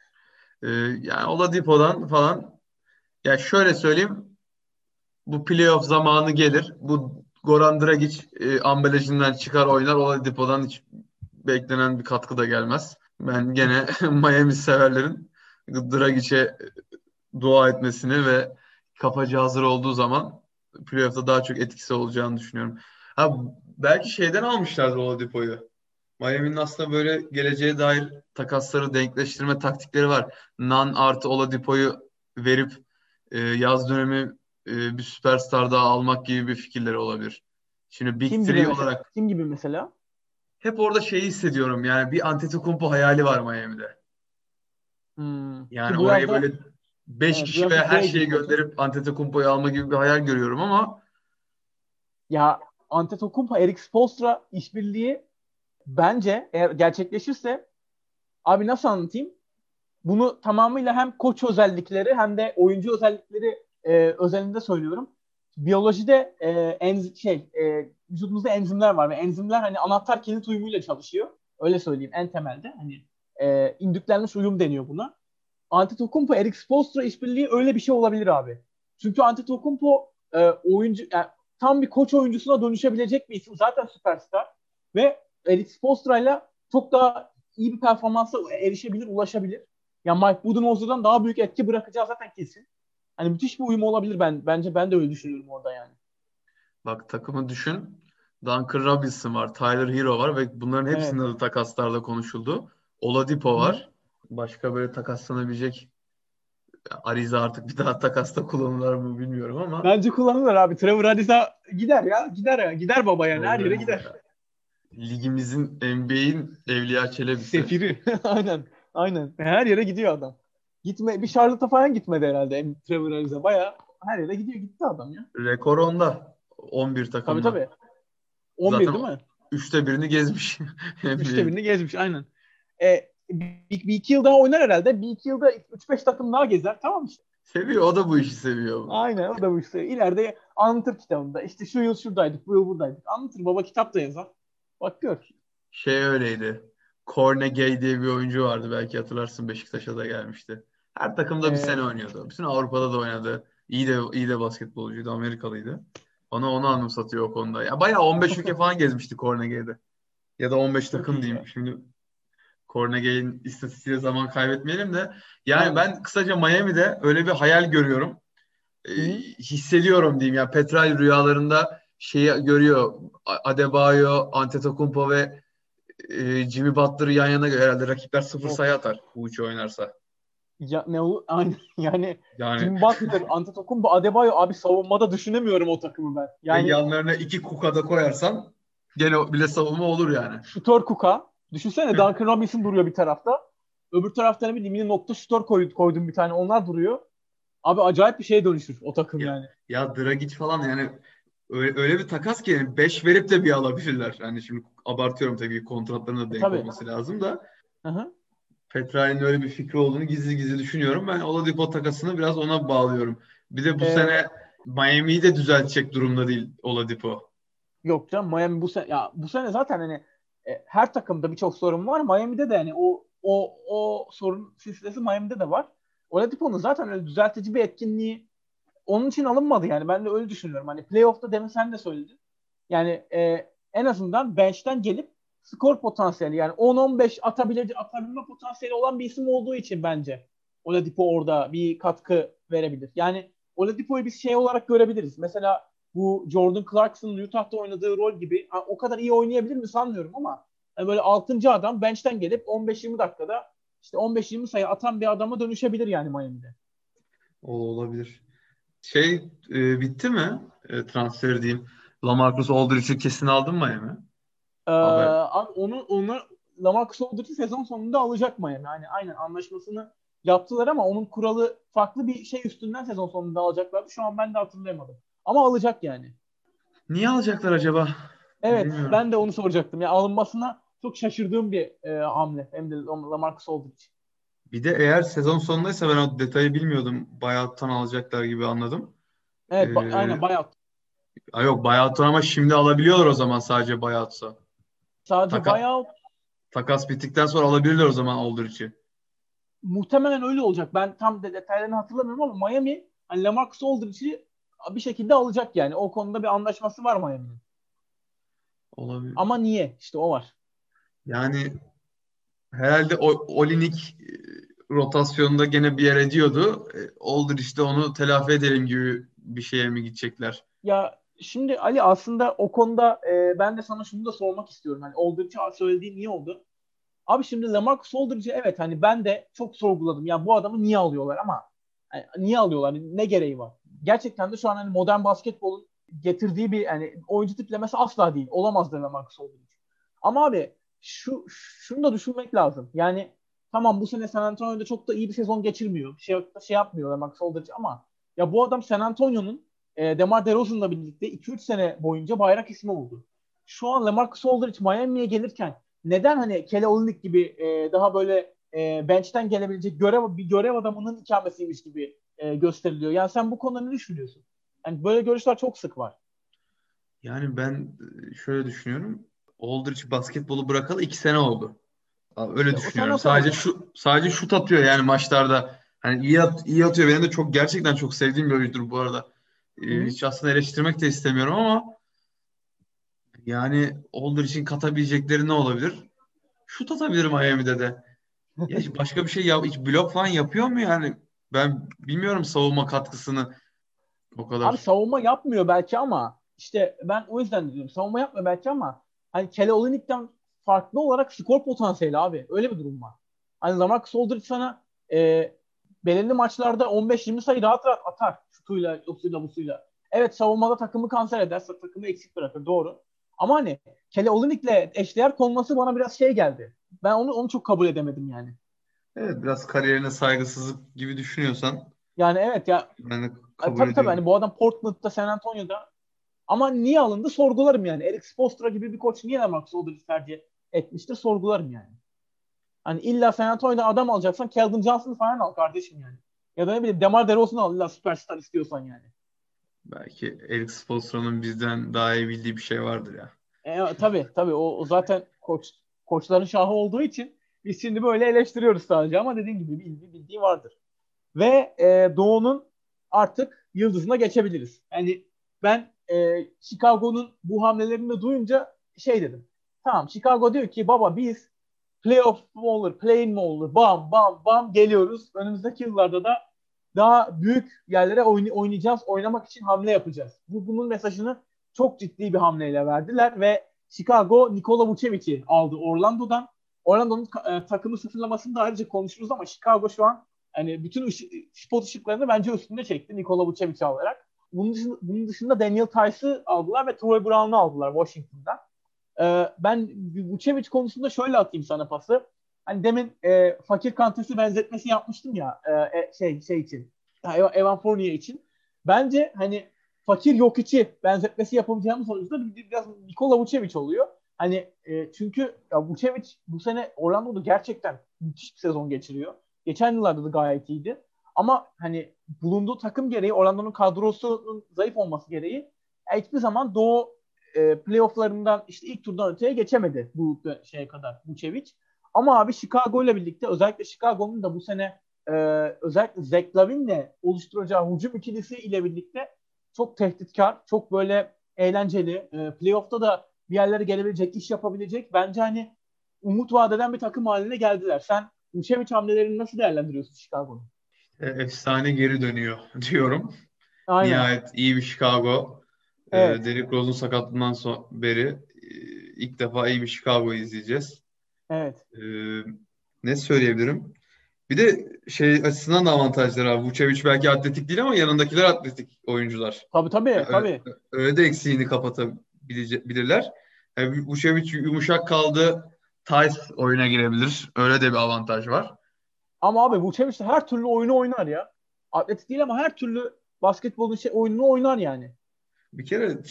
Yani Oladipo'dan falan, ya şöyle söyleyeyim, bu playoff zamanı gelir. Bu Goran Dragic ambalajından çıkar oynar. Oladipo'dan hiç beklenen bir katkı da gelmez. Ben gene Miami severlerin Dragic'e dua etmesini ve kafacı hazır olduğu zaman playoff'ta daha çok etkisi olacağını düşünüyorum. Ha, belki şeyden almışlardır Oladipo'yu. Miami'nin aslında böyle geleceğe dair takasları denkleştirme taktikleri var. Nan artı Oladipo'yu verip yaz dönemi bir süperstar daha almak gibi bir fikirleri olabilir. Şimdi Big Kim gibi Three mesela? olarak Kim gibi mesela? hep orada şeyi hissediyorum, yani bir Antetokounmpo hayali var Miami'de. Yani Ki bu oraya yazda böyle 5 evet bu kişi veya yazda her şeye şeyi gitmedi. gönderip Antetokounmpo'yu alma gibi bir hayal görüyorum ama Ya Antetokounmpo Erik Spoelstra işbirliği bence eğer gerçekleşirse abi nasıl anlatayım? Bunu tamamıyla hem koç özellikleri hem de oyuncu özellikleri özelinde söylüyorum. Biyolojide vücudumuzda enzimler var ve enzimler hani anahtar kilit uyumuyla çalışıyor. Öyle söyleyeyim en temelde. Hani indüklenmiş uyum deniyor buna. Antetokounmpo Erik Spoelstra işbirliği öyle bir şey olabilir abi. Çünkü Antetokounmpo oyuncu yani tam bir koç oyuncusuna dönüşebilecek bir isim. Zaten süperstar ve Erik Spoelstra'yla çok daha iyi bir performansa erişebilir, ulaşabilir. Ya Mike Budenholzer'dan daha büyük etki bırakacağı zaten kesin. Hani müthiş bir uyum olabilir bence ben de öyle düşünüyorum orada yani. bak takımı düşün. Duncan Robinson var, Tyler Hero var ve bunların hepsinin Evet. adı takaslarda konuşuldu. Oladipo Hı-hı. var. Başka böyle takaslanabilecek, Ariza artık bir daha takasta kullanırlar mı bilmiyorum ama Bence kullanılır abi. Trevor Ariza gider ya. Gider ya. Gider baba yani. Her yere gider. Ariza ligimizin, NBA'in Evliya Çelebi'si. Sefiri. Aynen. Aynen. Her yere gidiyor adam. Bir Charlotte'a falan gitmedi herhalde Trevor Ariza. Bayağı her yere gidiyor. Gitti adam ya. Rekor onda. 11 Tabii takımla. tabii. 11 Zaten değil mi? üçte birini gezmiş Üçte NBA'in. birini gezmiş. Aynen. Bir iki yıl daha oynar herhalde. Bir iki yılda üç beş takım daha gezer. Tamam işte. Seviyor, o da bu işi seviyor. Aynen o da bu işte. İleride anlatır kitabında. İşte şu yıl şuradaydık, bu yıl buradaydık. Anlatır baba kitap da yazar. Bak gör. Şey öyleydi. Corne Gay diye bir oyuncu vardı, belki hatırlarsın, Beşiktaş'a da gelmişti. Her takımda bir sene Ee, oynuyordu. Bütün Avrupa'da da oynadı. İyi de basketbolcuydu, Amerikalıydı. Bana onu anımsatıyor o konuda. Ya bayağı 15 ülke falan gezmişti Corne Gay'de. Ya da 15 çok takım iyi diyeyim. ya. Şimdi Cornegay'in istatistiğiyle zaman kaybetmeyelim de. Yani Aynen. ben kısaca Miami'de öyle bir hayal görüyorum. Hı-hı. Hissediyorum diyeyim ya. Petrel rüyalarında şeyi görüyor. Adebayo, Antetokounmpo ve Jimmy Butler'ı yan yana görüyor. Herhalde rakipler sıfır Of. sayı atar bu üçü oynarsa. Ya ne olur? Aynen. Yani Yani Jimmy Butler, Antetokounmpo, Adebayo abi savunmada düşünemiyorum o takımı ben. ve Yani yanlarına iki Kuka'da koyarsan gene bile savunma olur yani. şutör Kuka. Düşünsene Duncan Robinson duruyor bir tarafta. Öbür tarafta ne bileyim yine nokta şutör koydum bir tane. Onlar duruyor. Abi acayip bir şeye dönüşür o takım Ya, yani. ya Dragic falan yani öyle bir takas ki yani 5 verip de bir alabilirler. Yani şimdi abartıyorum tabii kontratlarına da denk Tabii. olması lazım da Hı-hı. Petrali'nin öyle bir fikri olduğunu gizli gizli düşünüyorum. Ben Oladipo takasını biraz ona bağlıyorum. Bir de bu Ee, sene Miami'yi de düzeltecek durumda değil Oladipo. Yok canım Miami bu sene zaten hani her takımda birçok sorun var. Miami'de de yani o sorun silsilesi Miami'de de var. Oladipo'nun zaten öyle düzeltici bir etkinliği onun için alınmadı yani. Ben de öyle düşünüyorum. Hani playoff'ta demin sen de söyledin. Yani en azından bench'ten gelip skor potansiyeli yani 10-15 atabilme potansiyeli olan bir isim olduğu için bence Oladipo orada bir katkı verebilir. Yani Oladipo'yu biz şey olarak görebiliriz. Mesela bu Jordan Clarkson'ın Utah'ta oynadığı rol gibi o kadar iyi oynayabilir mi sanmıyorum ama yani böyle 6. adam bench'ten gelip 15-20 dakikada işte 15-20 sayı atan bir adama dönüşebilir yani Miami'de. O olabilir. Şey bitti mi? Transfer diyeyim. LaMarcus Aldridge'i kesin aldın mı Miami? Haber. Abi onu LaMarcus Aldridge'i sezon sonunda alacak Miami. Yani aynen anlaşmasını yaptılar ama onun kuralı farklı bir şey üstünden sezon sonunda alacaklardı. Şu an ben de hatırlayamadım. Ama alacak yani. Niye alacaklar acaba? Evet, Bilmiyorum. ben de onu soracaktım. Ya alınmasına çok şaşırdığım bir hamle. Hem de LaMarcus Aldridge. Bir de eğer sezon sonundaysa ben o detayı bilmiyordum. Buyout'tan alacaklar gibi anladım. Evet, Ee, aynen bayağı. yok buyout'tan ama şimdi alabiliyorlar o zaman sadece buyout'sa. Sadece Taka, bayağı takas bittikten sonra alabilirler o zaman Aldridge'i. muhtemelen öyle olacak. Ben tam detaylarını hatırlamıyorum ama Miami hani LaMarcus Aldridge'i bir şekilde alacak yani. O konuda bir anlaşması var Miami'nin. Olabilir. Ama niye? İşte o var. Yani herhalde Olinik rotasyonda gene bir yer ediyordu. Aldridge de onu telafi edelim gibi bir şeye mi gidecekler? Ya şimdi Ali aslında o konuda ben de sana şunu da sormak istiyorum. Hani Aldridge'i söylediğin niye oldu? Abi şimdi LaMarcus Aldridge'i evet hani ben de çok sorguladım. Ya bu adamı niye alıyorlar ama hani niye alıyorlar? Ne gereği var? Gerçekten de şu an hani modern basketbolun getirdiği bir hani oyuncu tiplemesi asla değil. Olamazdı LaMarcus Aldridge. Ama abi şunu da düşünmek lazım. Yani tamam bu sene San Antonio'da çok da iyi bir sezon geçirmiyor. Şey yapmıyor LaMarcus Aldridge ama ya bu adam San Antonio'nun DeMar DeRozan'la birlikte 2-3 sene boyunca bayrak ismi oldu. Şu an LaMarcus Aldridge Miami'ye gelirken neden hani Kelly Olynyk gibi daha böyle bench'ten gelebilecek bir görev adamının ikamesiymiş gibi gösteriliyor. Yani sen bu konuda ne düşünüyorsun? Yani böyle görüşler çok sık var. Yani ben şöyle düşünüyorum. Aldridge basketbolu bırakalı 2 sene oldu. Öyle İşte o San düşünüyorum. Sadece Antonio'da. sadece şut atıyor yani maçlarda. Hani iyi atıyor. Benim de çok gerçekten çok sevdiğim bir oyuncudur bu arada. Hı hı. Hiç aslında eleştirmek de istemiyorum ama yani Aldridge'in katabilecekleri ne olabilir? Şut atabilir Miami'de de. Ya hiç başka bir şey hiç blok falan yapıyor mu yani? Ben bilmiyorum savunma katkısını o Abi kadar. savunma yapmıyor belki ama işte ben o yüzden diyorum. Savunma yapmıyor belki ama hani Kelly Olynyk'ten farklı olarak skor potansiyeli abi. Öyle bir durum var. Hani LaMarcus Aldridge sana belirli maçlarda 15-20 sayı rahat rahat atar. Şutuyla, yosuyla, busuyla. Evet savunmada takımı kanser eder. Takımı eksik bırakır. Doğru. Ama hani Kelly Olynyk'le eşdeğer konması bana biraz şey geldi. Ben onu çok kabul edemedim yani. Evet biraz kariyerine saygısızlık gibi düşünüyorsan Yani evet ya ben de kabul tabii tabii hani ediyorum. bu adam Portland'da, San Antonio'da ama niye alındı sorgularım yani. Eric Spoelstra gibi bir koç niye Lamarcus Aldridge'i tercih etmiştir sorgularım yani. Hani illa San Antonio'da adam alacaksan Keldon Johnson'ı falan al kardeşim yani. Ya da ne bileyim DeMar DeRozan'ı al illa süperstar istiyorsan yani. Belki Eric Spoelstra'nın bizden daha iyi bildiği bir şey vardır ya. Tabii tabii o zaten koçların şahı olduğu için biz şimdi böyle eleştiriyoruz sadece ama dediğim gibi bildiği vardır. Ve Doğu'nun artık yıldızına geçebiliriz. Yani ben Chicago'nun bu hamlelerini duyunca şey dedim. Tamam Chicago diyor ki baba biz playoff mu olur, play-in mi olur? Bam bam bam geliyoruz. Önümüzdeki yıllarda da daha büyük yerlere oynayacağız. Oynamak için hamle yapacağız. Bunun mesajını çok ciddi bir hamleyle verdiler ve Chicago Nikola Vucevic'i aldı Orlando'dan. Orlando'nun takımı sıfırlamasını da ayrıca konuşuruz ama Chicago şu an hani bütün spot ışıklarını bence üstünde çekti Nikola Vucevic'i alarak. Bunun dışında Daniel Tice'ı aldılar ve Troy Brown'u aldılar Washington'dan. Ben Vucevic konusunda şöyle atayım sana pası. Hani demin fakir kantesi benzetmesi yapmıştım ya şey için. Evan Fournier için. Bence hani fakir yok içi benzetmesi yapabileceğimiz sonuçta biraz Nikola Vucevic oluyor. Hani çünkü ya Vucevic bu sene Orlando'da gerçekten müthiş bir sezon geçiriyor. Geçen yıllarda da gayet iyiydi. Ama hani bulunduğu takım gereği Orlando'nun kadrosunun zayıf olması gereği hiçbir zaman Doğu playofflarından işte ilk turdan öteye geçemedi bu şeye kadar Vucevic. Ama abi Chicago ile birlikte özellikle Chicago'nun da bu sene özellikle Zach LaVine'le oluşturacağı hücum ikilisi ile birlikte çok tehditkar, çok böyle eğlenceli, playoff'ta da bir yerlere gelebilecek, iş yapabilecek. Bence hani umut vaat eden bir takım haline geldiler. Sen Vucevic hamlelerini nasıl değerlendiriyorsun Chicago'nun? Efsane geri dönüyor diyorum. Aynen. Nihayet iyi bir Chicago. Evet. Derrick Rose'un sakatlığından beri ilk defa iyi bir Chicago'yu izleyeceğiz. Evet. E, Ne söyleyebilirim? Bir de şey açısından da avantajları var. Vucevic belki atletik değil ama yanındakiler atletik oyuncular. Tabii tabii tabii. Öyle de eksiğini kapatabilirler. Yani Vucevic yumuşak kaldı. Tice oyuna girebilir. Öyle de bir avantaj var. Ama abi Vucevic de her türlü oyunu oynar ya. Atletik değil ama her türlü basketbolun oyununu oynar yani. Bir kere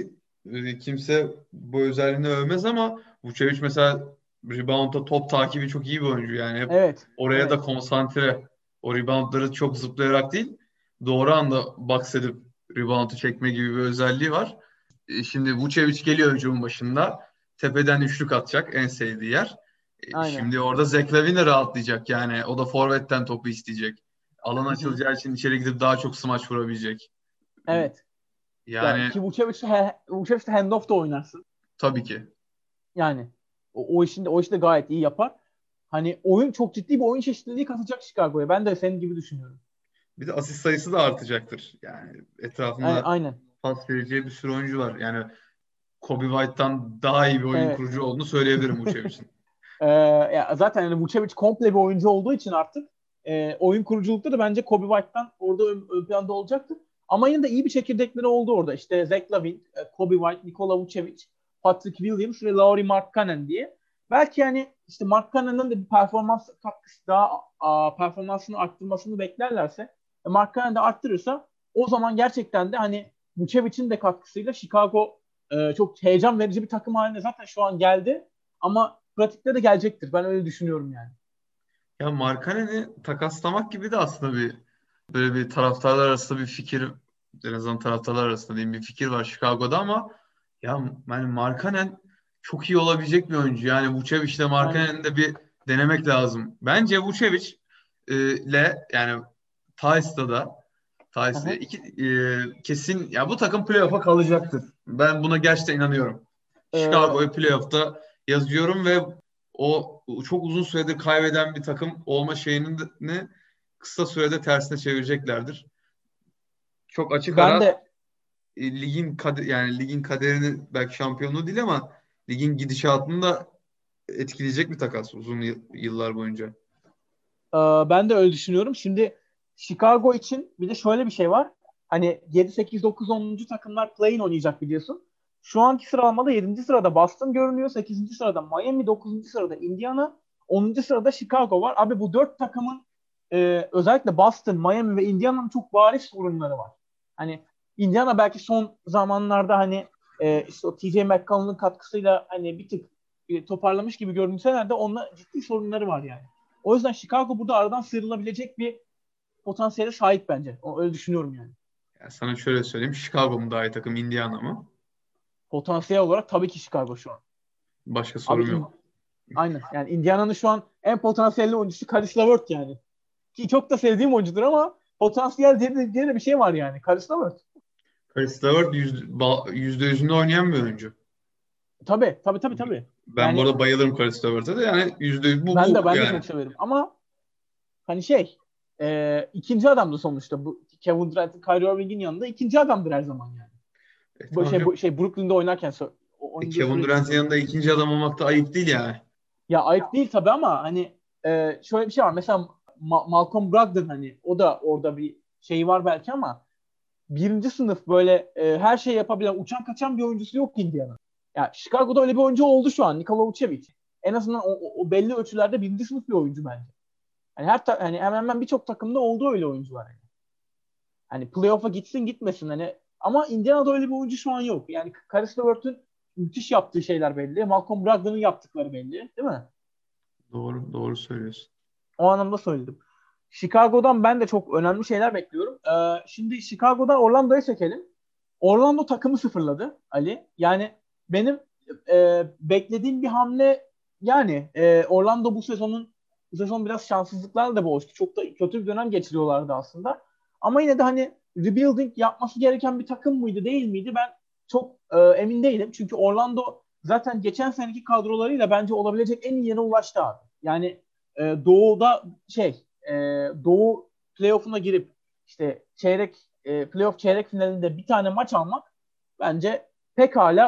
kimse bu özelliğini övmez ama Vucevic mesela reboundda top takibi çok iyi bir oyuncu. Yani hep Evet. oraya da Evet. konsantre. O reboundları çok zıplayarak değil, doğru anda box edip reboundu çekme gibi bir özelliği var. Şimdi Vucevic geliyor hücumun başında. Tepeden üçlük atacak en sevdiği yer. Aynen. Şimdi orada Zach LaVine de rahatlayacak. Yani o da forvetten topu isteyecek. Alan Hı hı. açılacağı için içeri gidip daha çok smaç vurabilecek. Evet. Ya Yani ki Vucevic'le handoff da oynarsın. tabii ki. Yani o işi de gayet iyi yapar. Hani oyun çok ciddi bir oyun çeşitliliği katacak Chicago'ya. Ben de senin gibi düşünüyorum. Bir de asist sayısı da artacaktır. Yani etrafında Aynen. pas vereceği bir sürü oyuncu var. Yani Kobe White'tan daha iyi bir oyun Evet. kurucu olduğunu söyleyebilirim Vucevic'in. Ya zaten hani Vucevic komple bir oyuncu olduğu için artık oyun kuruculukta da bence Kobe White'tan orada ön planda olacaktır. Ama yine de iyi bir çekirdekleri oldu orada. İşte Zach LaVine, Kobe White, Nikola Vucevic, Patrick Williams ve Lauri Markkanen diye. Belki yani işte Markkanen'ın da bir performans katkısı daha performansını arttırmasını beklerlerse Markkanen de arttırırsa o zaman gerçekten de hani Vucevic'in de katkısıyla Chicago çok heyecan verici bir takım haline zaten şu an geldi. Ama pratikte de gelecektir. Ben öyle düşünüyorum yani. Ya Markkanen'i takaslamak gibi de aslında böyle bir taraftarlar arasında bir fikir, en azından taraftarlar arasında diyeyim, bir fikir var Chicago'da ama ya yani Markkanen çok iyi olabilecek bir oyuncu. Yani Vucevic ile Aynen. Markkanen'i de bir denemek lazım. Bence Vucevic ile yani Theis'ta da Aha. kesin ya bu takım playoff'a kalacaktır. Ben buna gerçekten inanıyorum. Ee, Chicago'yu playoff'ta yazıyorum ve o çok uzun süredir kaybeden bir takım olma şeyini kısa sürede tersine çevireceklerdir. Çok açık ben ara de yani ligin kaderini belki şampiyonluğu değil ama ligin gidişatını da etkileyecek bir takas uzun yıllar boyunca. ben de öyle düşünüyorum. Şimdi Chicago için bir de şöyle bir şey var. Hani 7 8 9 10. takımlar play-in oynayacak biliyorsun. Şu anki sıralamada 7. sırada Boston görünüyor. 8. sırada Miami, 9. sırada Indiana, 10. sırada Chicago var. Abi bu 4 takımın özellikle Boston, Miami ve Indiana'nın çok bariz sorunları var. Hani Indiana belki son zamanlarda hani işte o TJ McConnell'ın katkısıyla hani bir tık toparlamış gibi görünseler de onunla ciddi sorunları var yani. O yüzden Chicago burada aradan sıyrılabilecek bir potansiyele sahip bence. Öyle düşünüyorum yani. Yani sana şöyle söyleyeyim. Chicago mu daha iyi takım, Indiana mı? Potansiyel olarak tabii ki Chicago şu an. Başka Abi sorum yok. aynen. Yani Indiana'nın şu an en potansiyelli oyuncusu Caris LeVert yani. Ki çok da sevdiğim oyuncudur ama potansiyel diye de bir şey var yani. Caris LeVert. Chris Levert %100'ünde oynayan bir oyuncu. Tabii. Ben bu Yani arada bayılırım Karis Levert'e de, yani %100 bu ben de bu ben de yani. çok severim ama hani ikinci adamdı sonuçta. Bu Kevin Durant'in, Kyrie Irving'in yanında ikinci adamdır her zaman yani. Tamam canım. Brooklyn'de oynarken oynadığı Kevin süre için Durant'in yanında söylüyorum. ikinci adam olmak da ayıp değil yani. Ya ayıp değil tabii ama hani şöyle bir şey var. Mesela Malcolm Brogdon, hani o da orada bir şey var belki ama birinci sınıf böyle her şeyi yapabilen, uçan kaçan bir oyuncusu yok Indiana. Ya Chicago'da öyle bir oyuncu oldu şu an. Nikola Vucevic. En azından o belli ölçülerde birinci sınıf bir oyuncu bence. Hani hani hemen hemen birçok takımda oldu öyle oyuncular. Hani playoff'a gitsin gitmesin hani, ama Indiana'da öyle bir oyuncu şu an yok. Yani Caris LeVert'ün müthiş yaptığı şeyler belli. Malcolm Brogdon'un yaptıkları belli, değil mi? Doğru, doğru söylüyorsun. O anlamda söyledim. Chicago'dan ben de çok önemli şeyler bekliyorum. Şimdi Chicago'dan Orlando'ya çekelim. Orlando takımı sıfırladı Ali. Yani benim beklediğim bir hamle, yani Orlando bu sezon biraz şanssızlıklarla da boğuştu. Çok da kötü bir dönem geçiriyorlardı aslında. Ama yine de hani rebuilding yapması gereken bir takım mıydı değil miydi, ben çok emin değilim. Çünkü Orlando zaten geçen seneki kadrolarıyla bence olabilecek en iyi yere ulaştı abi. Yani Doğu'da Doğu playoff'una girip işte playoff çeyrek finalinde bir tane maç almak bence pekala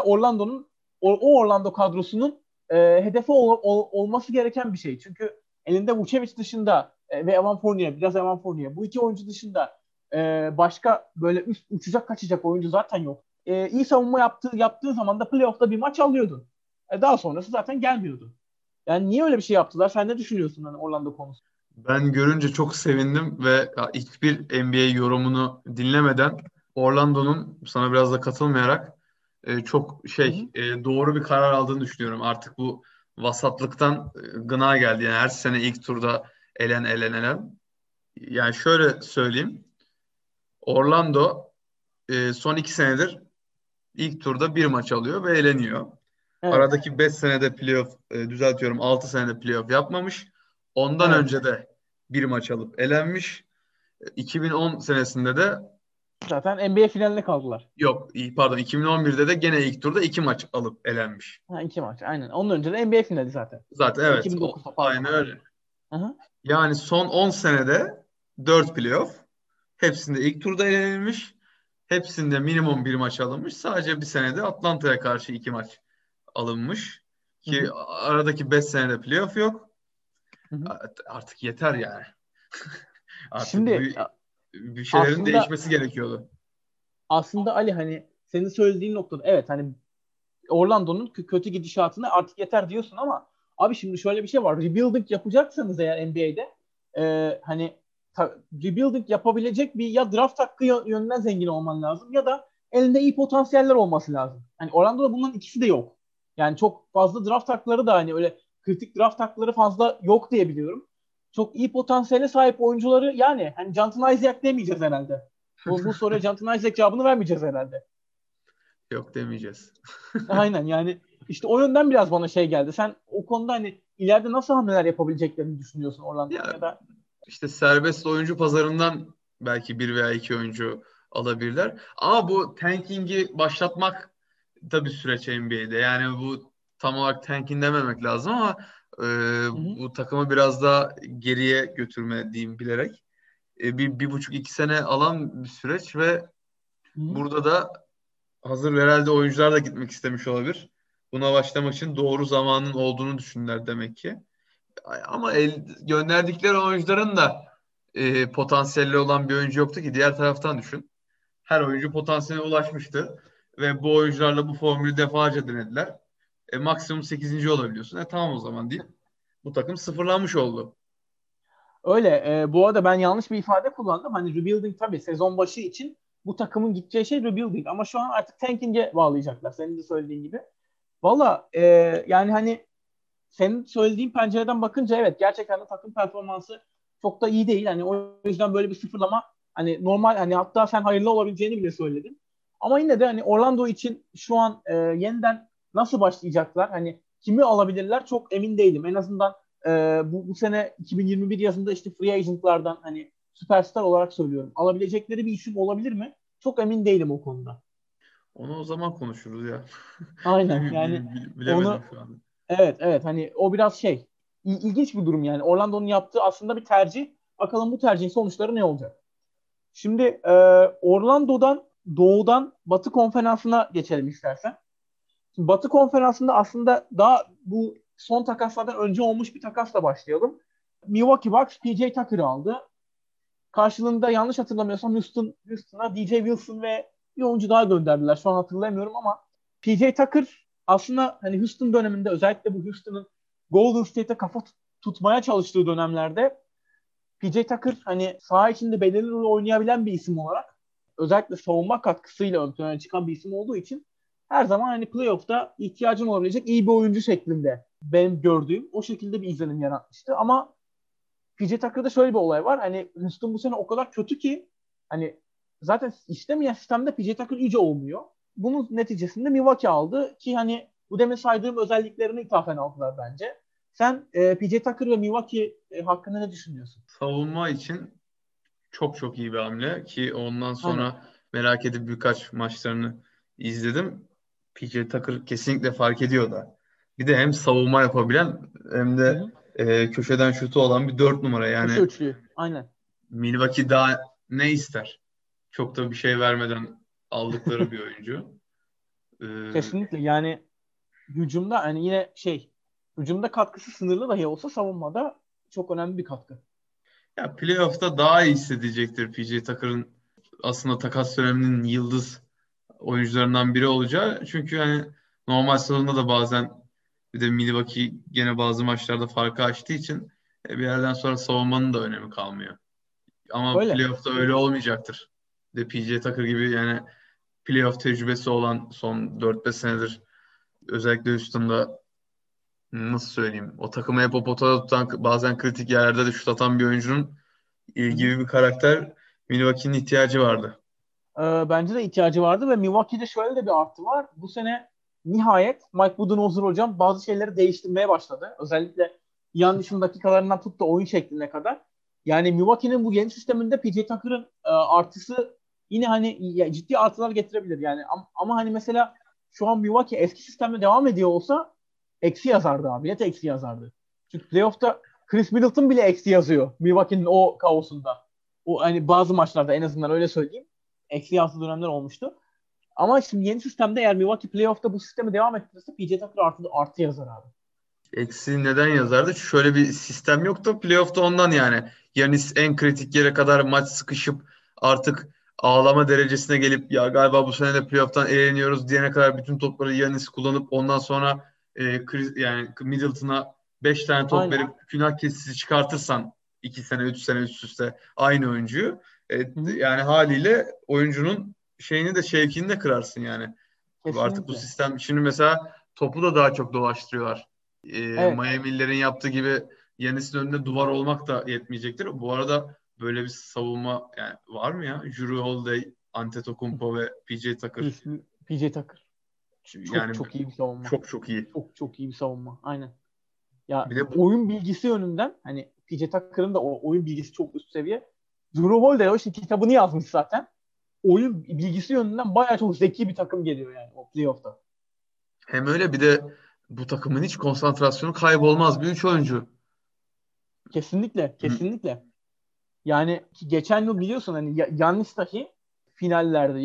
o Orlando kadrosunun hedefi olması gereken bir şey. Çünkü elinde Vucevic dışında ve Evan Fournier, bu iki oyuncu dışında başka böyle üst uçacak kaçacak oyuncu zaten yok. İyi savunma yaptığı zaman da playoff'ta bir maç alıyordu. Daha sonrası zaten gelmiyordu. Yani niye öyle bir şey yaptılar? Sen ne düşünüyorsun hani Orlando konusunda? Ben görünce çok sevindim ve hiçbir NBA yorumunu dinlemeden Orlando'nun, sana biraz da katılmayarak, çok Hı hı. doğru bir karar aldığını düşünüyorum. Artık bu vasatlıktan gına geldi. Yani her sene ilk turda elen. Yani şöyle söyleyeyim. Orlando son 2 senedir ilk turda bir maç alıyor ve eleniyor. Evet, Aradaki 5 senede playoff, düzeltiyorum, 6 senede playoff yapmamış. Ondan evet. önce de bir maç alıp elenmiş. 2010 senesinde de Zaten NBA finaline kaldılar. yok, pardon, 2011'de de gene ilk turda 2 maç alıp elenmiş. Ha, iki maç, aynen. Onun önce de NBA finali zaten. Zaten evet, 2009'da, pardon. aynı öyle. Aha. Yani son 10 senede 4 playoff. Hepsinde ilk turda elenilmiş. Hepsinde minimum bir maç alınmış. Sadece bir senede Atlanta'ya karşı 2 maç alınmış. Hı Ki hı. aradaki 5 senede playoff yok. Hı hı. Artık yeter yani. Artık Şimdi bir şeylerin aslında değişmesi gerekiyordu. Ali, hani senin söylediğin noktada evet, hani Orlando'nun kötü gidişatına artık yeter diyorsun ama abi şimdi şöyle bir şey var. Rebuilding yapacaksanız eğer NBA'de hani rebuilding yapabilecek bir ya draft hakkı yönünden zengin olman lazım ya da elinde iyi potansiyeller olması lazım. Hani Orlando'da bunların ikisi de yok. Yani çok fazla draft hakları da, hani öyle kritik draft hakları fazla yok diye biliyorum. Çok iyi potansiyele sahip oyuncuları, yani hani Jonathan Isaac demeyeceğiz herhalde. Bu soruya Jonathan Isaac cevabını vermeyeceğiz herhalde. Yok demeyeceğiz. Aynen, yani işte o yönden biraz bana şey geldi. Sen o konuda hani ileride nasıl hamleler yapabileceklerini düşünüyorsun Orlando'nun, Ya ya da işte serbest oyuncu pazarından belki bir veya iki oyuncu alabilirler. Ama bu tanking'i başlatmak tabii süreç NBA'de. Yani bu tam olarak tanking dememek lazım ama e, hı hı, bu takımı biraz daha geriye götürme diyeyim bilerek. Bir buçuk iki sene alan bir süreç ve hı hı. burada da hazır herhalde oyuncular da gitmek istemiş olabilir. Buna başlamak için doğru zamanın olduğunu düşündüler demek ki. Ama gönderdikleri oyuncuların da potansiyelli olan bir oyuncu yoktu ki. Diğer taraftan düşün. Her oyuncu potansiyeline ulaşmıştı. Ve bu oyuncularla bu formülü defalarca denediler. Maksimum sekizinci olabiliyorsun. Tamam o zaman deyip bu takım sıfırlanmış oldu. Öyle. Bu arada ben yanlış bir ifade kullandım. Hani rebuilding, tabii sezon başı için bu takımın gideceği şey rebuilding, ama şu an artık tanking'e bağlayacaklar. Senin de söylediğin gibi. Valla yani hani senin söylediğin pencereden bakınca evet, gerçekten de takım performansı çok da iyi değil. Hani o yüzden böyle bir sıfırlama hani normal, hani hatta sen hayırlı olabileceğini bile söyledin. Ama yine de hani Orlando için şu an yeniden nasıl başlayacaklar? Hani kimi alabilirler çok emin değilim. En azından bu sene 2021 yazında işte free agentlardan, hani süperstar olarak söylüyorum, alabilecekleri bir isim olabilir mi? Çok emin değilim o konuda. Onu o zaman konuşuruz ya. Aynen yani Bilemedim onu şu anda. evet hani o biraz ilginç bir durum yani. Orlando'nun yaptığı aslında bir tercih. Bakalım bu tercihin sonuçları ne olacak? Şimdi Orlando'dan doğudan Batı konferansına geçelim istersen. Şimdi Batı konferansında aslında daha bu son takaslardan önce olmuş bir takasla başlayalım. Milwaukee Bucks PJ Tucker'ı aldı. Karşılığında yanlış hatırlamıyorsam Houston'a DJ Wilson ve bir oyuncu daha gönderdiler. Şu an hatırlamıyorum ama PJ Tucker aslında hani Houston döneminde özellikle bu Houston'ın Golden State'e kafa tutmaya çalıştığı dönemlerde PJ Tucker hani saha içinde belirli rol oynayabilen bir isim olarak özellikle savunma katkısıyla ön plana çıkan bir isim olduğu için her zaman hani playoff'ta ihtiyacın olabilecek iyi bir oyuncu şeklinde benim gördüğüm o şekilde bir izlenim yaratmıştı. Ama PJ Tucker'da şöyle bir olay var. Hani Houston bu sene o kadar kötü ki hani zaten istemeyen sistemde PJ Tucker iyice olmuyor. Bunun neticesinde Milwaukee aldı ki hani bu demin saydığım özelliklerini ithafen aldılar bence. Sen PJ Tucker ve Milwaukee hakkında ne düşünüyorsun? Savunma için çok çok iyi bir hamle ki ondan Aynen. sonra merak edip birkaç maçlarını izledim. PJ Tucker kesinlikle fark ediyor da. Bir de hem savunma yapabilen hem Hı de hı. köşeden şutu olan bir 4 numara. Köşe Yani üçlüyü. Aynen. Milwaukee daha ne ister? Çok da bir şey vermeden aldıkları bir oyuncu. E, Kesinlikle yani hücumda hani yine hücumda katkısı sınırlı dahi olsa savunmada çok önemli bir katkı. Ya playoff'ta daha iyi hissedecektir PJ Tucker'ın aslında takas döneminin yıldız oyuncularından biri olacağı. Çünkü hani normal sezonda da bazen bir de Milwaukee gene bazı maçlarda farkı açtığı için bir yerden sonra savunmanın da önemi kalmıyor. Ama Öyle. playoff'ta öyle olmayacaktır. Bir de PJ Tucker gibi yani playoff tecrübesi olan son 4-5 senedir özellikle Houston'da nasıl söyleyeyim o takımı hep o potada tutan bazen kritik yerlerde de şut atan bir oyuncunun Hı hı. gibi bir karakter Milwaukee'nin ihtiyacı vardı. Bence de ihtiyacı vardı ve Milwaukee'de şöyle de bir artı var. Bu sene nihayet Mike Budenholzer hocam bazı şeyleri değiştirmeye başladı. Özellikle Giannis'in dakikalarından tut da oyun şekline kadar. Yani Milwaukee'nin bu yeni sisteminde PJ Tucker'ın artısı yine hani ciddi artılar getirebilir. Yani ama hani mesela şu an Milwaukee eski sistemde devam ediyor olsa eksi yazardı abi. Net eksi yazardı. Çünkü playoff'ta Chris Middleton bile eksi yazıyor Milwaukee'nin o kaosunda. O hani bazı maçlarda en azından öyle söyleyeyim eksi yazdığı dönemler olmuştu. Ama şimdi yeni sistemde eğer Milwaukee playoff'ta bu sistemi devam ettirirse PJ Tucker artı yazar abi. Eksi neden yazardı? Şöyle bir sistem yoktu. Playoff'ta ondan yani. Yanis en kritik yere kadar maç sıkışıp artık ağlama derecesine gelip ya galiba bu sene de playoff'tan eğleniyoruz diyene kadar bütün topları Yanis kullanıp ondan sonra yani Middleton'a 5 tane top Aynen. verip günah kesisi çıkartırsan 2 sene 3 sene üst üste aynı oyuncuyu Hı hı. yani haliyle oyuncunun şeyini de şevkini de kırarsın yani. Artık bu Kesinlikle. sistem şimdi mesela topu da daha çok dolaştırıyorlar. Evet. Miami'lilerin yaptığı gibi Yanis'in önünde duvar olmak da yetmeyecektir. Bu arada böyle bir savunma yani var mı ya? Drew Holiday, Antetokounmpo ve PJ Tucker. PJ Tucker. Çok Yani çok iyi bir savunma. çok çok iyi. Çok çok iyi bir savunma. Aynen. Ya Bir de oyun bilgisi yönünden hani PJ Tucker'ın da o oyun bilgisi çok üst seviye. Drew Holiday o işte kitabını yazmış zaten. Oyun bilgisi yönünden bayağı çok zeki bir takım geliyor yani o playoff'ta. hem öyle bir de bu takımın hiç konsantrasyonu kaybolmaz bir üç oyuncu. Kesinlikle. Hı. Kesinlikle. Yani ki geçen yıl biliyorsun hani Yannis dahi finallerde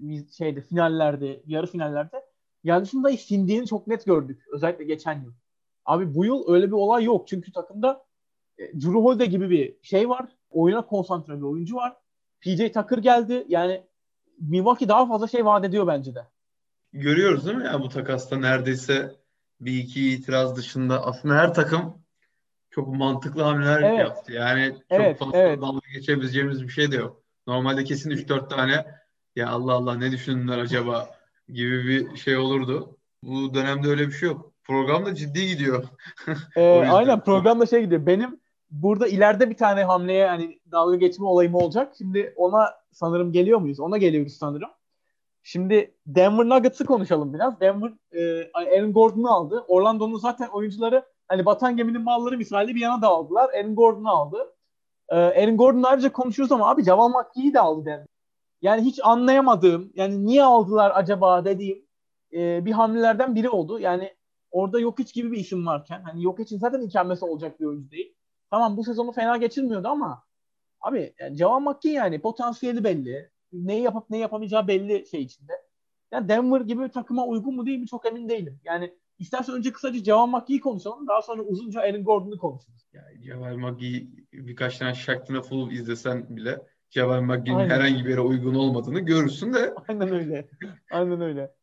finallerde yarı finallerde Yannis'in dahi sindiğini çok net gördük. Özellikle geçen yıl. Abi bu yıl öyle bir olay yok. Çünkü takımda Drew Holiday gibi bir şey var. Oyuna konsantre bir oyuncu var. PJ Tucker geldi. Yani Milwaukee daha fazla şey vaat ediyor bence de. Görüyoruz değil mi ya bu takasta neredeyse bir iki itiraz dışında aslında her takım çok mantıklı hamleler Evet. yaptı. Yani çok Evet. fazla Evet. dalga geçebileceğimiz bir şey de yok. Normalde kesin üç dört tane ya Allah Allah ne düşündüler acaba gibi bir şey olurdu. Bu dönemde öyle bir şey yok. Program da ciddi gidiyor. O yüzden. Aynen programda gidiyor. Benim burada ileride bir tane hamleye hani dalga geçme olayım olacak. Şimdi ona sanırım geliyor muyuz? Ona geliyoruz sanırım. Şimdi Denver Nuggets'ı konuşalım biraz. Denver Aaron Gordon'u aldı. Orlando'nun zaten oyuncuları hani batan geminin malları misali bir yana da aldılar. Aaron Gordon'u aldı. Aaron Gordon'u ayrıca konuşuyoruz ama abi Javal McGee'yi de aldı Denver. Yani hiç anlayamadığım, yani niye aldılar acaba dediğim bir hamlelerden biri oldu. Yani orada Jokic gibi bir isim varken, hani Jokic'in zaten ikamesi olacak bir oyuncu değil. Tamam, bu sezonu fena geçirmiyordu ama abi yani Javan McGee, yani potansiyeli belli. Neyi yapıp ne yapamayacağı belli şey içinde. Yani Denver gibi bir takıma uygun mu değil mi çok emin değilim. Yani istersen önce kısaca Javan McGee'yi konuşalım. Daha sonra uzunca Aaron Gordon'u konuşuruz. Yani Javel McGee birkaç tane Shaqtin' a Fool izlesen bile Javel McGee'nin Aynen. herhangi bir yere uygun olmadığını görürsün de Aynen öyle. Aynen öyle.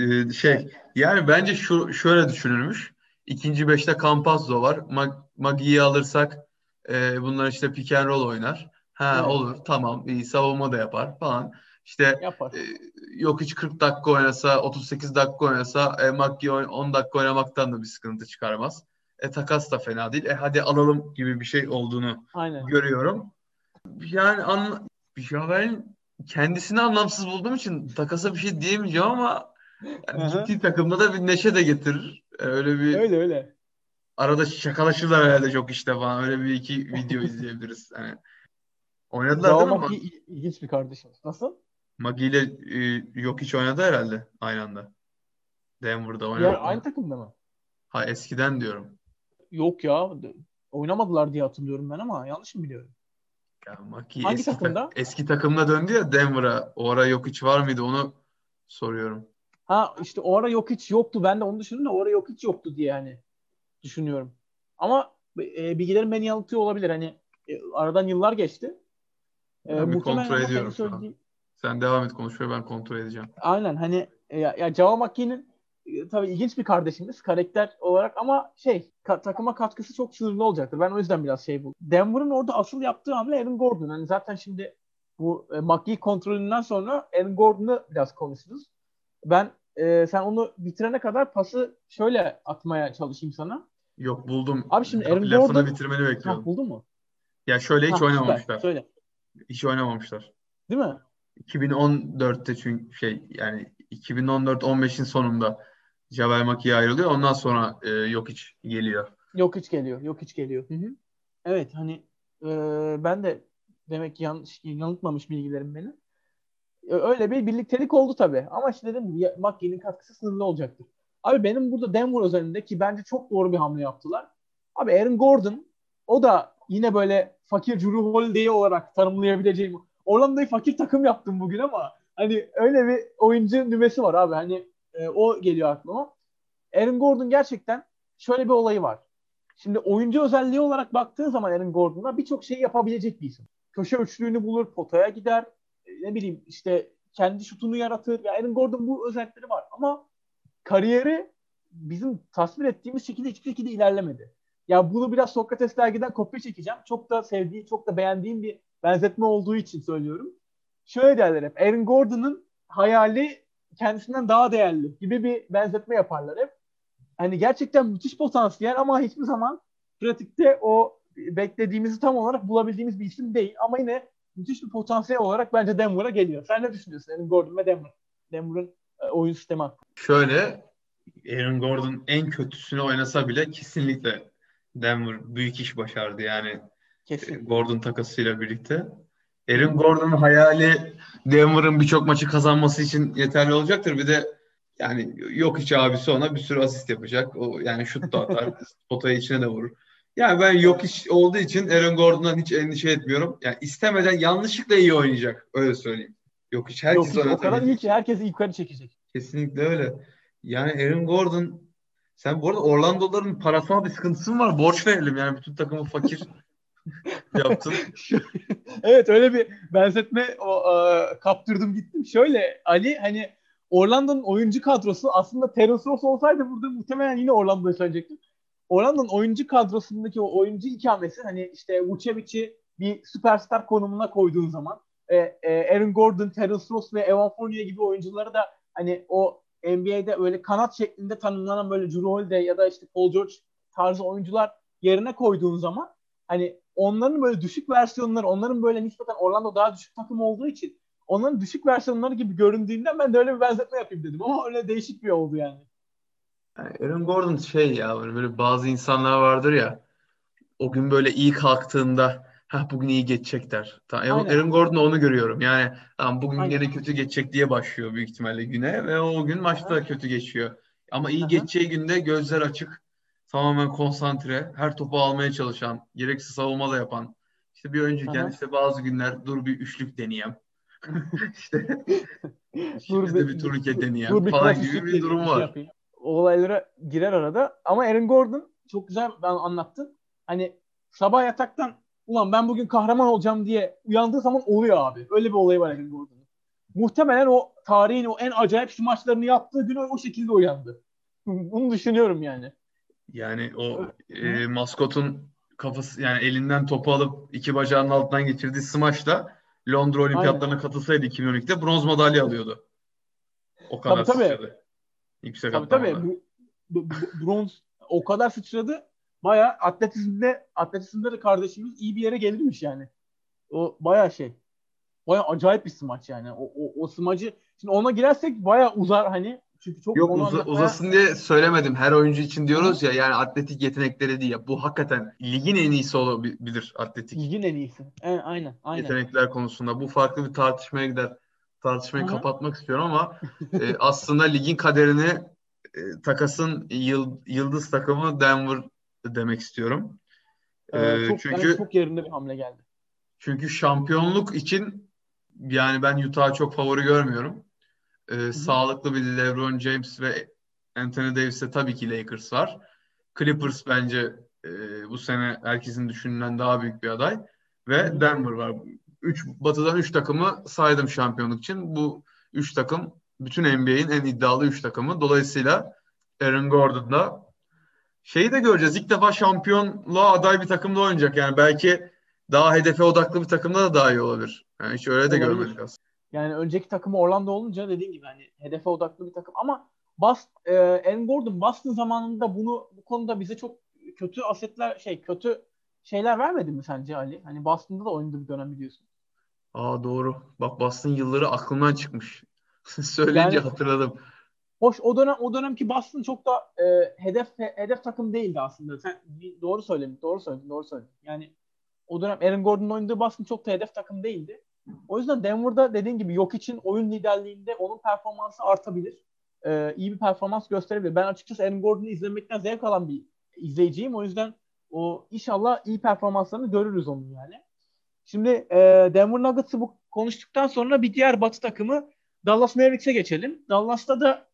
şey yani bence şöyle düşünülmüş. İkinci beşte Campazzo var. Maggie'yi alırsak bunlar işte pick and roll oynar. Ha Evet. olur tamam iyi savunma da yapar falan. İşte Yapar. e, yok hiç 40 dakika oynasa 38 dakika oynasa Maggie 10 dakika oynamaktan da bir sıkıntı çıkarmaz. Takas da fena değil. Hadi alalım gibi bir şey olduğunu Aynen. görüyorum. Yani Javel'in kendisini anlamsız bulduğum için takasa bir şey diyemeyeceğim ama yani Aha. gittiği takımda da bir neşe de getirir. Öyle bir Öyle öyle. arada şakalaşırlar herhalde çok işte falan. Öyle bir iki video izleyebiliriz. Yani oynadılar değil Javan mi? McGee ilginç bir kardeşimiz. Nasıl? Maggie ile yok hiç oynadı herhalde aynı anda. Denver'da Diğer oynadı. aynı takımda mı? Ha eskiden diyorum. Yok ya. Oynamadılar diye hatırlıyorum ben ama yanlış mı biliyorum? Ya Maggie Hangi takımda? eski takımına döndü ya Denver'a. O ara yok hiç var mıydı onu soruyorum. Ha işte o ara yok hiç yoktu. Ben de onu düşündüm de o ara yok hiç yoktu diye yani düşünüyorum. Ama bilgilerim beni yanıltıyor olabilir. Hani aradan yıllar geçti. Ben bir Muhtemelen kontrol ama senin ediyorum şu an. söylediğin Sen devam et konuşmaya ben kontrol edeceğim. aynen hani ya Java McKee'nin tabii ilginç bir kardeşimiz karakter olarak ama şey takıma katkısı çok sınırlı olacaktır. Ben o yüzden biraz şey buldum. Denver'ın orada asıl yaptığı hamle Aaron Gordon. Hani zaten şimdi bu McGee kontrolünden sonra Aaron Gordon'u biraz konuşuruz. Ben sen onu bitirene kadar pası şöyle atmaya çalışayım sana. Yok buldum. Abi şimdi Aaron Lafını Gordon bitirmeni ha bekliyordum. buldun mu? Ya şöyle hiç Ha süper. oynamamışlar. Söyle. Hiç oynamamışlar. Değil mi? 2014'te çünkü yani 2014-15'in sonunda Javel McGee ayrılıyor. Ondan sonra yok hiç geliyor. Yok hiç geliyor. Yok hiç geliyor. Hı hı. Evet hani ben de demek ki yanlış yanıltmamış bilgilerim beni. Öyle bir birliktelik oldu tabii. Ama işte dedim gibi McGee'nin katkısı sınırlı olacaktır. Abi benim burada Denver özelinde ki bence çok doğru bir hamle yaptılar. Abi Aaron Gordon o da yine böyle fakir Drew Holiday olarak tanımlayabileceğim. Orlando'yu fakir takım yaptım bugün ama hani öyle bir oyuncu nümesi var abi. Hani o geliyor aklıma. Aaron Gordon gerçekten şöyle bir olayı var. Şimdi oyuncu özelliği olarak baktığın zaman Aaron Gordon'a birçok şey yapabilecek bir isim. Köşe üçlüğünü bulur, potaya gider. Ne bileyim işte kendi şutunu yaratır. Ya Aaron Gordon bu özellikleri var. Ama kariyeri bizim tasvir ettiğimiz şekilde hiçbir şekilde ilerlemedi. Ya bunu biraz Sokrates dergiden kopya çekeceğim. Çok da sevdiğim, çok da beğendiğim bir benzetme olduğu için söylüyorum. Şöyle derler hep. Aaron Gordon'ın hayali kendisinden daha değerli gibi bir benzetme yaparlar hep. Hani gerçekten müthiş potansiyel ama hiçbir zaman pratikte o beklediğimizi tam olarak bulabildiğimiz bir isim değil. Ama yine müthiş bir potansiyel olarak bence Denver'a geliyor. Sen ne düşünüyorsun Aaron Gordon ve Denver? Denver'ın oyun sistemi hakkında. Şöyle Aaron Gordon en kötüsünü oynasa bile kesinlikle Denver büyük iş başardı yani Kesin. Gordon takasıyla birlikte. Hı Aaron hı. Gordon'un hayali Denver'ın birçok maçı kazanması için yeterli olacaktır. Bir de yani yok hiç abisi ona bir sürü asist yapacak. O yani şut da atar, potayı içine de vurur. Yani ben yok Evet. hiç olduğu için Aaron Gordon'dan hiç endişe etmiyorum. Yani istemeden yanlışlıkla iyi oynayacak. Öyle söyleyeyim. Yok hiç Yok herkes hiç o kadar iyi ki oynatabilecek. herkesi yukarı çekecek. Kesinlikle öyle. Yani Aaron Gordon sen bu arada Orlando'ların parasal bir sıkıntısı mı var? Borç verelim yani bütün takımı fakir yaptın. Evet öyle bir benzetme kaptırdım gittim. Şöyle Ali hani Orlando'nun oyuncu kadrosu aslında Terence Ross olsaydı burada muhtemelen yine Orlando'ya söyleyecektim. Orlando'nun oyuncu kadrosundaki o oyuncu ikamesi hani işte Vucevic'i bir süperstar konumuna koyduğun zaman Aaron Gordon, Terence Ross ve Evan Fournier gibi oyuncuları da hani o NBA'de öyle kanat şeklinde tanımlanan böyle Jrue Holiday ya da işte Paul George tarzı oyuncular yerine koyduğun zaman hani onların böyle düşük versiyonları, onların böyle nispeten Orlando daha düşük takım olduğu için onların düşük versiyonları gibi göründüğünden ben de öyle bir benzetme yapayım dedim. Ama öyle değişik bir oldu yani. Yani Aaron Gordon şey ya böyle bazı insanlar vardır ya o gün böyle iyi kalktığında bugün iyi geçecekler. Aynen. Aaron Gordon'da onu görüyorum. Yani tamam, bugün Aynen. gene kötü geçecek diye başlıyor büyük ihtimalle güne ve o gün Aha, maçta kötü geçiyor. Ama iyi aha, geçeceği günde gözler açık, tamamen konsantre, her topu almaya çalışan, gereksiz savunma da yapan. İşte bir önceki aha. işte bazı günler dur bir üçlük deneyeyim. İşte Dur şimdi de bir turnike deneyeyim dur bir falan cross gibi üçlük bir deneyeyim, bir durum şey var. yapayım. O olaylara girer arada. Ama Aaron Gordon çok güzel anlattın. Hani sabah yataktan ulan ben bugün kahraman olacağım diye uyandığı zaman oluyor abi. Öyle bir olayı var Aaron Gordon'un. Muhtemelen o tarihin o en acayip maçlarını yaptığı gün o şekilde uyandı. Bunu düşünüyorum yani. Yani o Hı? maskotun kafası, yani elinden topu alıp iki bacağının altından geçirdiği smaçla Londra Aynen. Olimpiyatlarına katılsaydı 2012'de bronz madalya alıyordu. O Tabii kadar tabii. sıçradı yüksek Tabii. atlamada. Bronz o kadar sıçradı. Bayağı atletizmde de kardeşimiz iyi bir yere gelirmiş yani. O bayağı şey. Bayağı acayip bir smaç yani. O smacı şimdi ona girersek bayağı uzar hani. Çünkü çok Yok, onu anlatmaya. uzasın diye söylemedim. Her oyuncu için Aha. diyoruz ya, yani atletik yetenekleri değil ya. Bu hakikaten ligin en iyisi olabilir atletik Ligin en iyisi. Aynen. yetenekler konusunda. Bu farklı bir tartışmaya gider. Tartışmayı Aha. kapatmak istiyorum ama aslında ligin kaderini takasın yıldız takımı Denver demek istiyorum. Bence Çünkü çok yerinde bir hamle geldi. şampiyonluk için yani ben Utah'ı çok favori görmüyorum. Hı hı. Sağlıklı bir LeBron James ve Anthony Davis'te tabii ki Lakers var. Clippers bence bu sene herkesin düşünülen daha büyük bir aday. Hı Ve hı. Denver var. Batı'dan 3 takımı saydım şampiyonluk için. Bu 3 takım bütün NBA'in en iddialı 3 takımı. Dolayısıyla Aaron Gordon da şeyi de göreceğiz. İlk defa şampiyonluğa aday bir takımda oynayacak. Yani belki daha hedefe odaklı bir takımda da daha iyi olabilir. Yani hiç öyle de görmedik Olabilir. aslında. Yani önceki takımı Orlando olunca dediğin gibi hani hedefe odaklı bir takım ama Aaron Gordon Boston zamanında bu konuda bize çok kötü asetler kötü şeyler vermedi mi sence Ali? Hani Boston'da da oynadığı bir dönem biliyorsun. Aa, doğru. Bak, Boston yılları aklımdan çıkmış. Söyleyince Yani hatırladım. hoş o dönemki Boston çok da hedef takım değildi aslında. Sen doğru söyledin. Doğru söyledin. Yani o dönem Aaron Gordon'un oynadığı Boston çok da hedef takım değildi. O yüzden Denver'da dediğin gibi yok için oyun liderliğinde onun performansı artabilir. İyi bir performans gösterebilir. Ben açıkçası Aaron Gordon'u izlemekten zevk alan bir izleyiciyim. O yüzden o inşallah iyi performanslarını görürüz onun yani. Şimdi Denver Nuggets'ı bu konuştuktan sonra bir diğer Batı takımı Dallas Mavericks'e geçelim. Dallas'ta da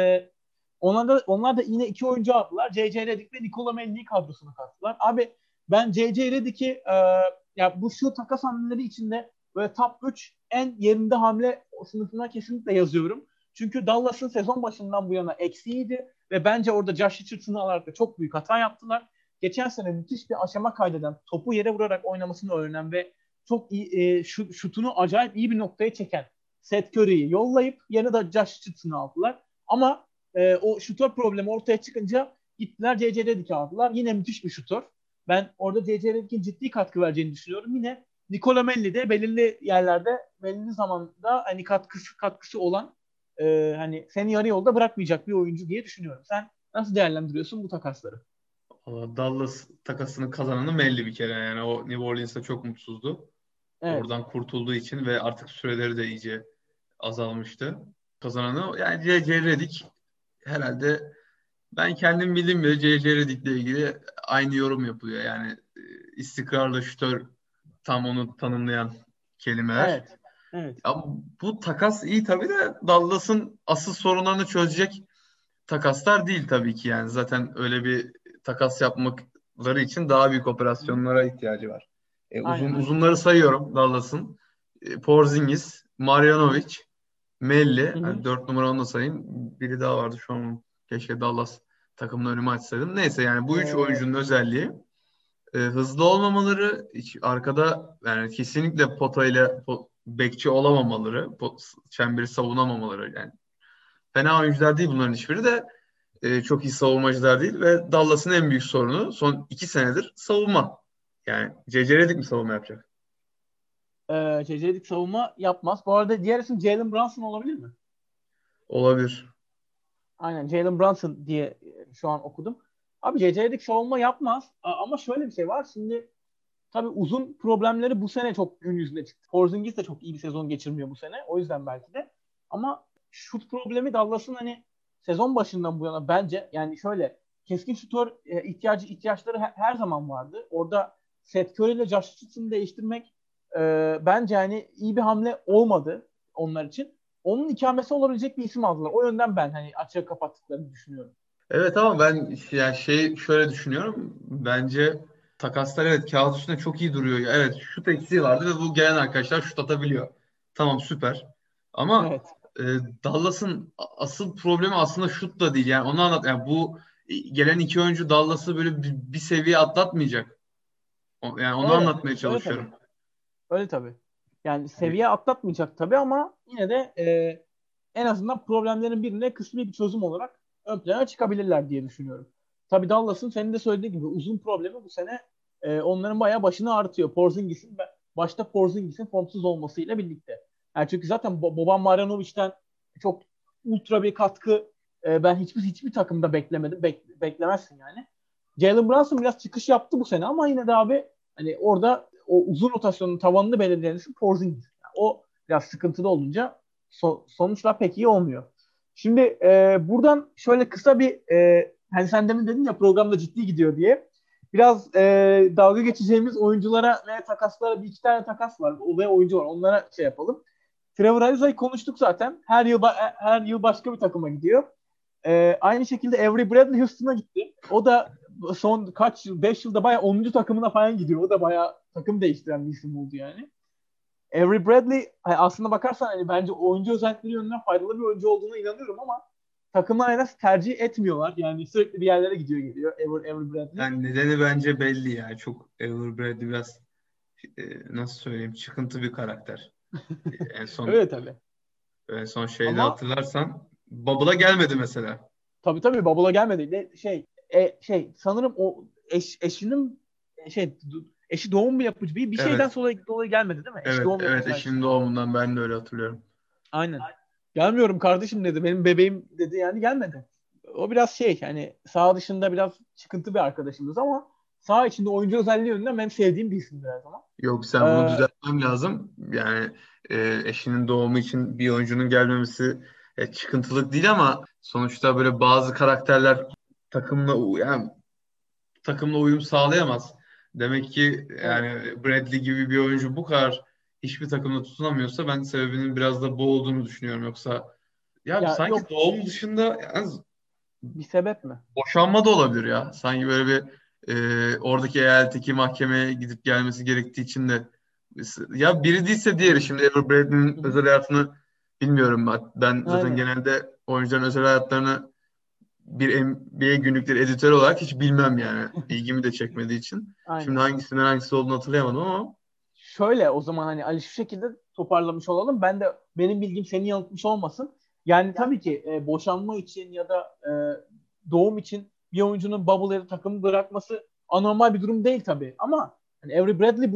onlar da yine iki oyuncu aldılar. J.J. Redick ve Nikola Melli'yi kadrosuna kattılar. Abi ben J.J. Redick'i ya bu şu takas hamleleri içinde böyle top 3 en yerinde hamle sınıfına kesinlikle yazıyorum. Çünkü Dallas'ın sezon başından bu yana eksiğiydi ve bence orada Josh Richardson'ı alarak da çok büyük hata yaptılar. Geçen sene müthiş bir aşama kaydeden, topu yere vurarak oynamasını öğrenen ve çok iyi şutunu acayip iyi bir noktaya çeken Seth Curry'yi yollayıp yanına da Josh Richardson'ı aldılar. Ama o şutör problemi ortaya çıkınca gittiler C.C. Redick'i aldılar. Yine müthiş bir şutör. Ben orada C.C. Redick'in ciddi katkı vereceğini düşünüyorum. Yine Nicola Melli de belirli yerlerde, belirli zamanda hani katkısı olan hani seni yarı yolda bırakmayacak bir oyuncu diye düşünüyorum. Sen nasıl değerlendiriyorsun bu takasları? Dallas takasının kazananı belli bir kere. Yani o New Orleans'ta çok mutsuzdu. Evet. Oradan kurtulduğu için ve artık süreleri de iyice azalmıştı. Kazananı yani C.C. Redick herhalde. Ben kendim bildim bile C.C. Redick'le ilgili aynı yorum yapılıyor. Yani istikrarlı şutör, tam onu tanımlayan kelimeler. Evet. Evet. Ya, bu takas iyi tabii de Dallas'ın asıl sorunlarını çözecek takaslar değil tabii ki yani. Zaten öyle bir takas yapmakları için daha büyük Hı-hı. operasyonlara ihtiyacı var. Aynen. Uzunları sayıyorum Dallas'ın. Porzingis, Marjanovic, Melli. Hı-hı. Hani 4 numara onu da sayayım. Biri daha vardı şu an. Keşke Dallas takımını önüme açsaydım. Neyse, yani bu üç Ee, oyuncunun özelliği hızlı olmamaları, hiç arkada yani kesinlikle potayla bekçi olamamaları, çemberi savunamamaları, yani fena oyuncular değil bunların hiçbiri de, çok iyi savunmacılar değil ve Dallas'ın en büyük sorunu son 2 senedir savunma. Yani C.C. Redick mi savunma yapacak? CC'lik savunma yapmaz. Bu arada diğer isim Jalen Brunson olabilir mi? Olabilir. Aynen Jalen Brunson diye şu an okudum. Abi CC'lik savunma yapmaz. Ama şöyle bir şey var. Şimdi tabii uzun problemleri bu sene çok gün yüzüne çıktı. Porzingis de çok iyi bir sezon geçirmiyor bu sene. O yüzden belki de. Ama şut problemi Dallas'ın hani sezon başından bu yana bence yani şöyle keskin şutör ihtiyaçları her zaman vardı. Orada Seth Curry ile Josh Richardson'ı değiştirmek bence yani iyi bir hamle olmadı onlar için. Onun ikamesi olabilecek bir isim aldılar. O yönden ben hani açığa kapattıklarını düşünüyorum. Evet ama ben yani şöyle düşünüyorum. Bence takaslar evet kağıt üstünde çok iyi duruyor. Ya evet şut eksiği vardı ve bu gelen arkadaşlar şut atabiliyor. Tamam süper. Ama Evet. e, Dallas'ın asıl problemi aslında şut da değil. Yani onu anlat. Yani bu gelen iki oyuncu Dallas'ı böyle bir seviye atlatmayacak. Yani onu Öyle. anlatmaya Öyle tabii. çalışıyorum. Öyle tabii. Yani seviye atlatmayacak tabii ama yine de en azından problemlerin birine kısmi bir çözüm olarak ön plana çıkabilirler diye düşünüyorum. Tabii Dallas'ın senin de söylediğin gibi uzun problemi bu sene onların bayağı başını ağrıtıyor. Başta Porzingis'in formsuz olmasıyla birlikte. Yani çünkü zaten Boban Marjanovic'ten çok ultra bir katkı ben hiçbir takımda beklemedim. Beklemezsin yani. Jalen Brunson biraz çıkış yaptı bu sene ama yine de abi hani orada o uzun rotasyonun tavanını belirleyen isim Porzingis. Yani o biraz sıkıntılı olunca sonuçlar pek iyi olmuyor. Şimdi buradan şöyle kısa bir hani sen demin dedin ya programda ciddi gidiyor diye. Biraz dalga geçeceğimiz oyunculara ve takaslara bir iki tane takas var. Ve oyuncu var. Onlara şey yapalım. Trevor Ariza'yı konuştuk zaten. Her yıl başka bir takıma gidiyor. Aynı şekilde Avery Bradley Houston'a gitti. O da son kaç yıl, 5 yılda bayağı 10. takımına falan gidiyor. O da bayağı takım değiştiren bir isim oldu yani. Avery Bradley aslında bakarsan hani bence oyuncu özellikleri yönünden faydalı bir oyuncu olduğuna inanıyorum ama takımlar nedense tercih etmiyorlar. Yani sürekli bir yerlere gidiyor geliyor Avery Bradley. Yani nedeni bence belli ya. Çok Avery Bradley biraz nasıl söyleyeyim çıkıntı bir karakter. En son Öyle tabii. şeyde Ama hatırlarsan Bubble'a gelmedi mesela. tabii Bubble'a gelmedi. Sanırım o eşinin eşi doğum mu yapıcı bir şeyden Evet. dolayı gelmedi değil mi? Eşi Evet, doğum evet yapması eşinin açısından. doğumundan ben de öyle hatırlıyorum. Aynen. Gelmiyorum kardeşim dedi. Benim bebeğim dedi yani gelmedi. O biraz hani saha dışında biraz çıkıntı bir arkadaşımız ama saha içinde oyuncu özelliği yönünden ben sevdiğim bir isimdir her zaman. Yok sen bunu Ee, düzeltmem lazım. Yani eşinin doğumu için bir oyuncunun gelmemesi çıkıntılık değil ama sonuçta böyle bazı karakterler yani takımla uyum sağlayamaz. Demek ki evet. yani Bradley gibi bir oyuncu bu kadar hiçbir takımda tutunamıyorsa ben sebebinin biraz da bu olduğunu düşünüyorum. Yoksa ya Ya sanki yok doğum dışında yani bir sebep mi? boşanma da olabilir ya. Sanki böyle bir oradaki eyaletteki mahkemeye gidip gelmesi gerektiği için de ya biri değilse diğeri. Şimdi Avery Hı Bradley'nin hı. özel hayatını bilmiyorum. Ben zaten Aynen. genelde oyuncuların özel hayatlarını bir NBA günlükleri editör olarak hiç bilmem yani. İlgimi de çekmediği için. Şimdi Aynen. hangisinden hangisi olduğunu hatırlayamadım ama Şöyle o zaman hani Ali şu şekilde toparlamış olalım. Benim bilgim seni yanıltmış olmasın. Yani tabii ki boşanma için ya da doğum için bir oyuncunun bubble ya da takımı bırakması anormal bir durum değil tabii. Ama hani Avery Bradley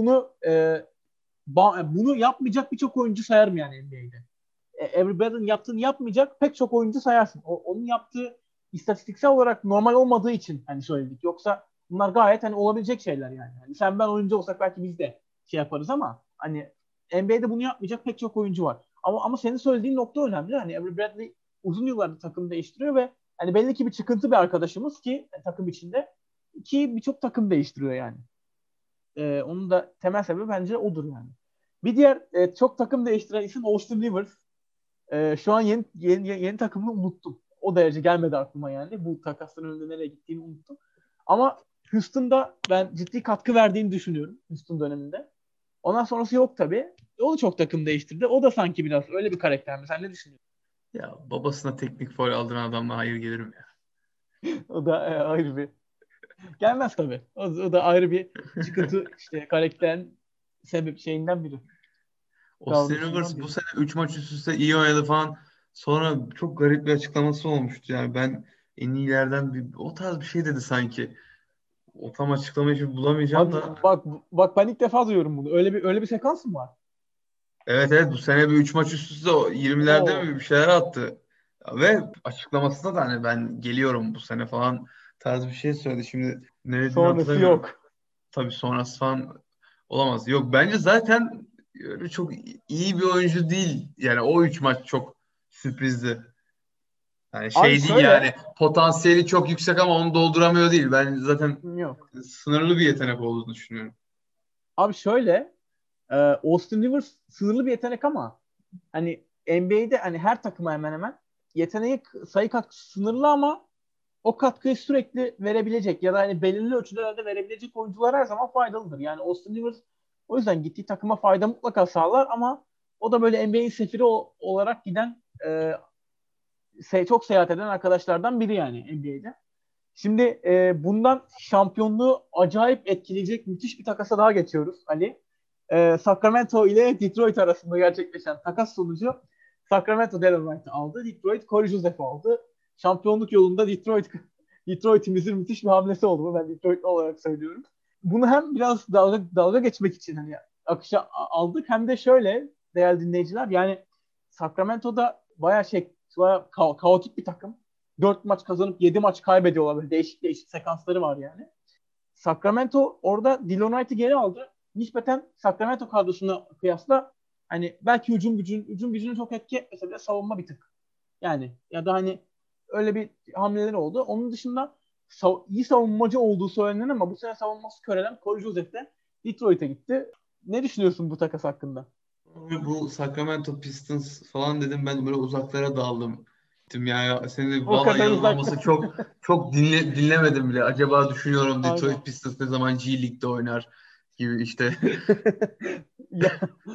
bunu yapmayacak birçok oyuncu sayarım yani NBA'de. Avery Bradley'nin yaptığını yapmayacak pek çok oyuncu sayarsın. Onun yaptığı istatistiksel olarak normal olmadığı için hani söyledik. Yoksa bunlar gayet hani olabilecek şeyler yani. Hani sen ben oyuncu olsak belki biz de şey yaparız ama hani NBA'de bunu yapmayacak pek çok oyuncu var. Ama senin söylediğin nokta önemli. Hani Avery Bradley uzun yıllardır takım değiştiriyor ve hani belli ki bir çıkıntı bir arkadaşımız ki takım içinde ki birçok takım değiştiriyor yani. Onun da temel sebebi bence odur yani. Bir diğer çok takım değiştiren isim Austin Rivers. Şu an yeni takımını unuttum. O derece gelmedi aklıma yani. Bu takasların önünde nereye gittiğini unuttum. Ama Houston'da ben ciddi katkı verdiğini düşünüyorum Houston döneminde. Ondan sonrası yok tabii. O da çok takım değiştirdi. O da sanki biraz öyle bir karakter mi? Sen ne düşünüyorsun? ya babasına teknik faul aldıran adamla hayır gelir mi ya? O da ayrı bir. Gelmez tabii. O da ayrı bir çıkıntı işte karakterin şeyinden biri. Austin Davranışından Rivers bu biri. sene 3 maç üst üste iyi oynadı falan. Sonra çok garip bir açıklaması olmuştu. Yani ben en iyilerden o tarz bir şey dedi sanki. O tam açıklamayı hiç bulamayacağım Hadi da. bak ben ilk defa duyuyorum bunu. Öyle bir sekans mı var? Evet evet bu sene bir 3 maç üst üste o 20'lerde Oo. mi bir şeyler attı. Ve açıklamasında da hani ben geliyorum bu sene falan tarz bir şey söyledi. Şimdi ne dediğini Sonrası hatırlamıyorum. yok. Tabii sonrası falan. Olamaz. Yok bence zaten öyle çok iyi bir oyuncu değil. Yani o 3 maç çok sürprizdi. Yani Abi şey değil şöyle yani potansiyeli çok yüksek ama onu dolduramıyor değil. Ben zaten yok. sınırlı bir yetenek olduğunu düşünüyorum. Abi şöyle Austin Rivers sınırlı bir yetenek ama hani NBA'de hani her takıma hemen hemen yeteneği sayı katkısı sınırlı ama o katkıyı sürekli verebilecek ya da hani belirli ölçülerde verebilecek oyuncular her zaman faydalıdır. Yani Austin Rivers o yüzden gittiği takıma fayda mutlaka sağlar ama o da böyle NBA'in sefiri olarak giden çok seyahat eden arkadaşlardan biri yani NBA'de. Şimdi bundan şampiyonluğu acayip etkileyecek müthiş bir takasa daha geçiyoruz Ali. Sacramento ile Detroit arasında gerçekleşen takas sonucu Sacramento Delon Wright'ı aldı. Detroit Corey Joseph'ı aldı. Şampiyonluk yolunda Detroit'imizin müthiş bir hamlesi oldu. Ben Detroit'li olarak söylüyorum. Bunu hem biraz dalga geçmek için hani akışa aldık hem de şöyle değerli dinleyiciler yani Sacramento'da bayağı kaotik bir takım. 4 maç kazanıp 7 maç kaybediyorlar. Böyle değişik değişik sekansları var yani. Sacramento orada Dillon Wright'ı geri aldı. Nispeten Sacramento kadrosuna kıyasla hani belki hücum gücünü çok etki etmese bile savunma bir tık. Yani ya da hani öyle bir hamleleri oldu. Onun dışında iyi savunmacı olduğu söylenen ama bu sene savunması körelen Corey Joseph de Detroit'e gitti. Ne düşünüyorsun bu takas hakkında? Abi bu Sacramento Pistons falan dedim ben böyle uzaklara daldım. Gittim ya seni O valla kadar yanım uzak. olmasa çok dinlemedim bile. Acaba düşünüyorum Aynen. Detroit Pistons ne zaman G League'de oynar gibi işte. Ya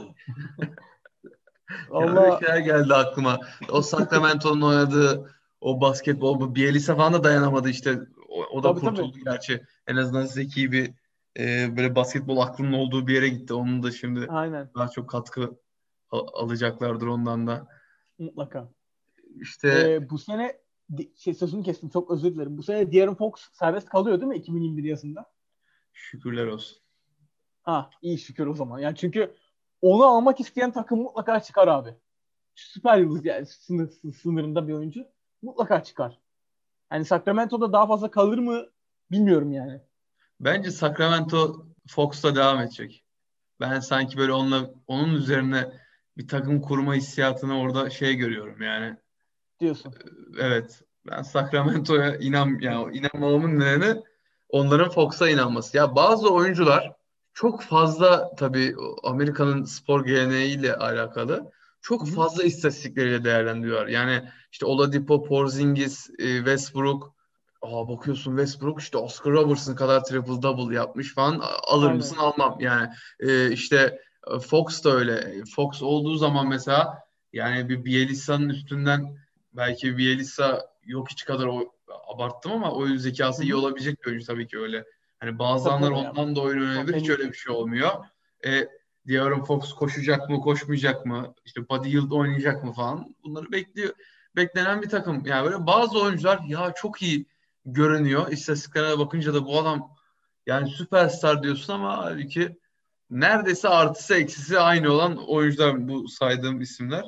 Ya öyle Allah şeyler geldi aklıma. O Sacramento'nun oynadığı o basketbol bu Bielitsa falan da dayanamadı işte. O da tabii tabii. kurtuldu gerçi. En azından zeki bir böyle basketbol aklının olduğu bir yere gitti. Onun da şimdi Aynen. daha çok katkı alacaklardır ondan da. Mutlaka. İşte Bu sene sözünü kestim çok özür dilerim. Bu sene De'Aaron Fox serbest kalıyor değil mi 2021 yazında? şükürler olsun. Ha iyi şükür o zaman. Yani çünkü onu almak isteyen takım mutlaka çıkar abi. Süper yıldız yani sınırında bir oyuncu. Mutlaka çıkar. Yani Sacramento'da daha fazla kalır mı bilmiyorum yani. Bence Sacramento Fox'ta devam edecek. Ben sanki böyle onun üzerine bir takım kurma hissiyatını orada şey görüyorum yani. Diyorsun. Evet. Ben Sacramento'ya yani inanmamamın nedeni onların Fox'a inanması. Ya bazı oyuncular çok fazla tabii Amerika'nın spor geleneğiyle alakalı Hı çok hı. fazla istatistikleriyle değerlendiriyorlar. Yani işte Oladipo, Porzingis, Westbrook. Bakıyorsun Westbrook işte Oscar Robertson kadar triple double yapmış falan. Alır mısın? Aynen. Almam. Yani işte Fox da öyle. Fox olduğu zaman mesela yani bir Bielitsa'nın üstünden belki Bielitsa yok hiç kadar abarttım ama oyun Hı zekası iyi hı. olabilecek bir oyuncu tabii ki öyle. Hani bazı Tabii anlar tabii ya. ondan da oyun oynayabilir. Hiç Potansiyeli öyle bir yüksek. şey olmuyor. E, De'Aaron Fox koşacak mı, koşmayacak mı? İşte Buddy Hield oynayacak mı falan. Bunları beklenen bir takım. Yani böyle bazı oyuncular ya çok iyi görünüyor. İstatistiklerine bakınca da bu adam yani süperstar diyorsun ama halbuki neredeyse artısı eksisi aynı olan oyuncular bu saydığım isimler.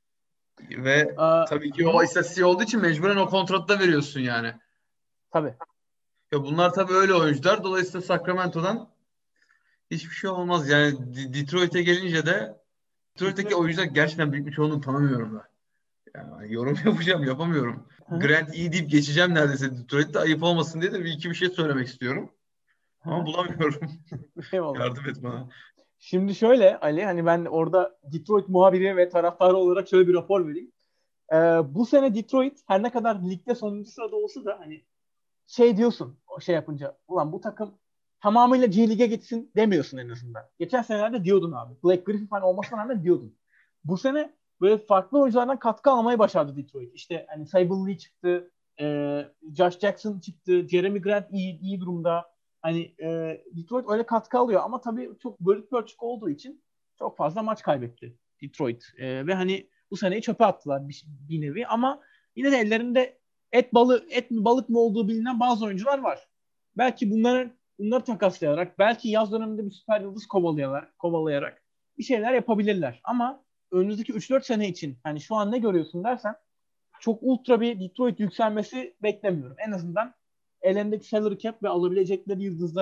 Ve tabii Hı ki o hı. istatistiği olduğu için mecburen o kontratı da veriyorsun yani. Tabii. Ya bunlar tabii öyle oyuncular. Dolayısıyla Sacramento'dan hiçbir şey olmaz. Yani Detroit'e gelince de Detroit'teki Detroit. oyuncular gerçekten büyük bir çoğunluğunu tanımıyorum ben. Yani yorum yapacağım, yapamıyorum. Hı hı. Grant iyi deyip geçeceğim neredeyse Detroit'te ayıp olmasın diye de bir şey söylemek istiyorum. Hı Ama hı. bulamıyorum. Eyvallah. Yardım et bana. Şimdi şöyle Ali hani ben orada Detroit muhabiri ve taraftarı olarak şöyle bir rapor vereyim. Bu sene Detroit her ne kadar ligde sonuncu sırada olsa da hani şey diyorsun o şey yapınca ulan bu takım tamamıyla G Lig'e gitsin demiyorsun en azından. Geçen senelerde diyordun abi. Blake Griffin falan olmasına rağmen diyordun. Bu sene böyle farklı oyunculardan katkı almayı başardı Detroit. İşte hani Saben Lee çıktı, Josh Jackson çıktı, Jeremy Grant iyi durumda. Hani Detroit öyle katkı alıyor ama tabii çok bölük pörçük olduğu için çok fazla maç kaybetti Detroit. Ve hani bu seneyi çöpe attılar bir nevi ama yine de ellerinde et mi balık mı olduğu bilinen bazı oyuncular var. Belki bunları takaslayarak, belki yaz döneminde bir süper yıldız kovalayarak bir şeyler yapabilirler. Ama önümüzdeki 3-4 sene için hani şu an ne görüyorsun dersen çok ultra bir Detroit yükselmesi beklemiyorum. En azından ellerindeki salary cap ve alabilecekleri yıldızların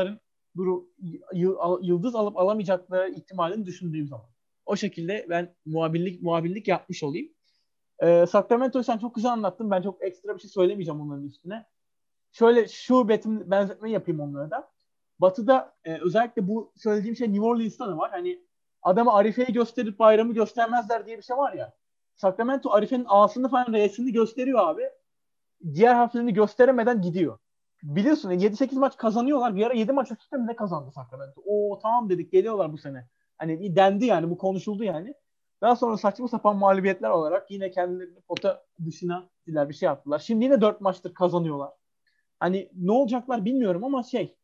yıldız alıp alamayacakları ihtimalini düşündüğüm zaman. O şekilde ben muhabirlik yapmış olayım. Sacramento'yu sen çok güzel anlattın. Ben çok ekstra bir şey söylemeyeceğim onların üstüne. Şöyle şu benzetmeyi yapayım onlara da. Batı'da özellikle bu söylediğim şey New Orleans'ta da var. Hani adamı Arife'yi gösterip bayramı göstermezler diye bir şey var ya. Sacramento Arife'nin A'sını falan R'sini gösteriyor abi. Diğer harflerini gösteremeden gidiyor. Biliyorsun 7-8 maç kazanıyorlar. Bir ara 7 maç üst üste mi ne kazandı Sacramento? Oo tamam dedik geliyorlar bu sene. Hani bir dendi yani bu konuşuldu yani. Daha sonra saçma sapan mağlubiyetler olarak yine kendilerini pota dışına bir şey yaptılar. Şimdi yine 4 maçtır kazanıyorlar. Hani ne olacaklar bilmiyorum ama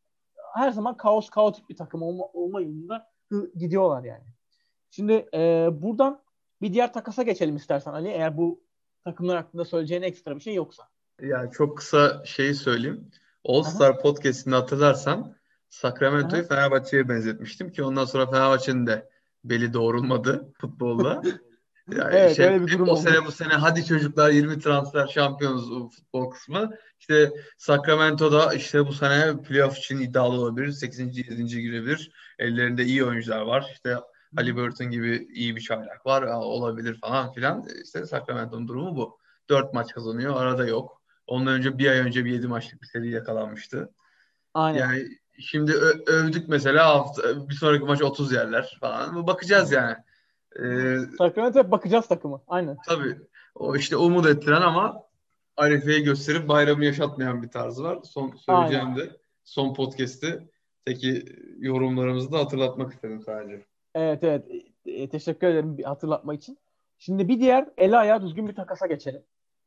her zaman kaotik bir takım olma yolunda gidiyorlar yani. Şimdi buradan bir diğer takasa geçelim istersen Ali. Eğer bu takımlar hakkında söyleyeceğin ekstra bir şey yoksa. Yani çok kısa şeyi söyleyeyim. All Aha, Star Podcast'ini hatırlarsan Sacramento'yu aha. Fenerbahçe'ye benzetmiştim ki ondan sonra Fenerbahçe'nin de beli doğrulmadı futbolda. Yani Evet öyle bir hep durum o sene oldu. bu sene hadi çocuklar 20 transfer şampiyonuz o futbol kısmı. İşte Sacramento'da işte bu sene playoff için iddialı olabilir. 8. 7. girebilir. Ellerinde iyi oyuncular var. İşte Haliburton gibi iyi bir çaylak var. Olabilir falan filan. İşte Sacramento'nun durumu bu. 4 maç kazanıyor. Arada yok. Ondan önce bir ay önce bir 7 maçlık bir seri yakalanmıştı. Aynen. Yani şimdi övdük mesela bir sonraki maç 30 yerler falan. Bakacağız yani. Ee, Sacramento'ya bakacağız takımı. Aynen. tabii o işte umut ettiren ama Arife'yi gösterip bayramı yaşatmayan bir tarzı var. Son Aynen. söyleyeceğim de son podcast'te teki yorumlarımızı da hatırlatmak istedim sadece. Evet evet. Teşekkür ederim bir hatırlatma için. Şimdi bir diğer eli ayağı düzgün bir takasa geçelim.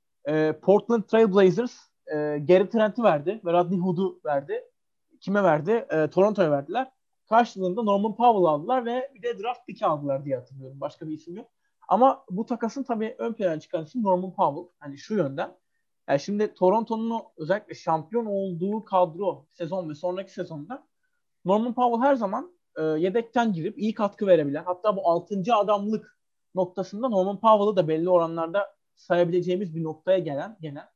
Portland Trail Blazers Gary Trent'i verdi ve Rodney Hood'u verdi. Kime verdi? Toronto'ya verdiler. Karşılığında Norman Powell aldılar ve bir de draft pick'i aldılar diye hatırlıyorum. Başka bir isim yok. Ama bu takasın tabii ön plana çıkan isim Norman Powell. Hani şu yönden. Yani şimdi Toronto'nun özellikle şampiyon olduğu kadro sezon ve sonraki sezonda Norman Powell her zaman yedekten girip iyi katkı verebilen, hatta bu 6. adamlık noktasında Norman Powell'ı da belli oranlarda sayabileceğimiz bir noktaya gelen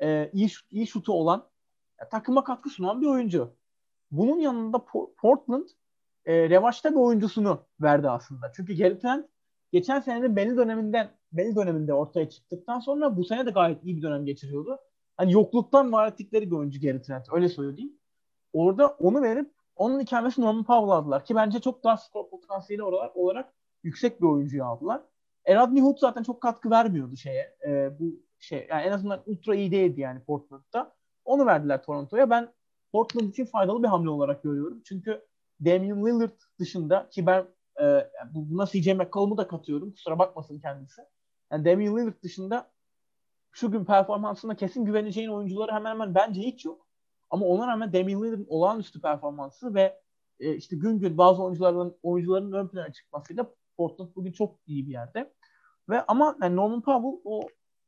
iyi şutu olan, takıma katkı sunan bir oyuncu. Bunun yanında Portland revaçta bir oyuncusunu verdi aslında. Çünkü Gary Trent geçen senenin belli döneminde ortaya çıktıktan sonra bu sene de gayet iyi bir dönem geçiriyordu. Hani yokluktan var ettikleri bir oyuncu Gary Trent. Öyle söyleyeyim. Orada onu verip onun ikamesi Norman Powell aldılar. Ki bence çok daha skor potansiyeli olarak yüksek bir oyuncuyu aldılar. Rodney Hood zaten çok katkı vermiyordu bu yani en azından ultra iyi değildi yani Portland'da. Onu verdiler Toronto'ya. Ben Portland için faydalı bir hamle olarak görüyorum. Çünkü Damian Lillard dışında ki ben buna CJ McCollum'u da katıyorum. Kusura bakmasın kendisi. Yani Damian Lillard dışında şu gün performansına kesin güveneceğin oyuncuları hemen hemen bence hiç yok. Ama ona rağmen Damian Lillard'ın olağanüstü performansı ve işte gün gün bazı oyuncuların ön plana çıkmasıyla Portland bugün çok iyi bir yerde. Ve ama yani Norman Powell o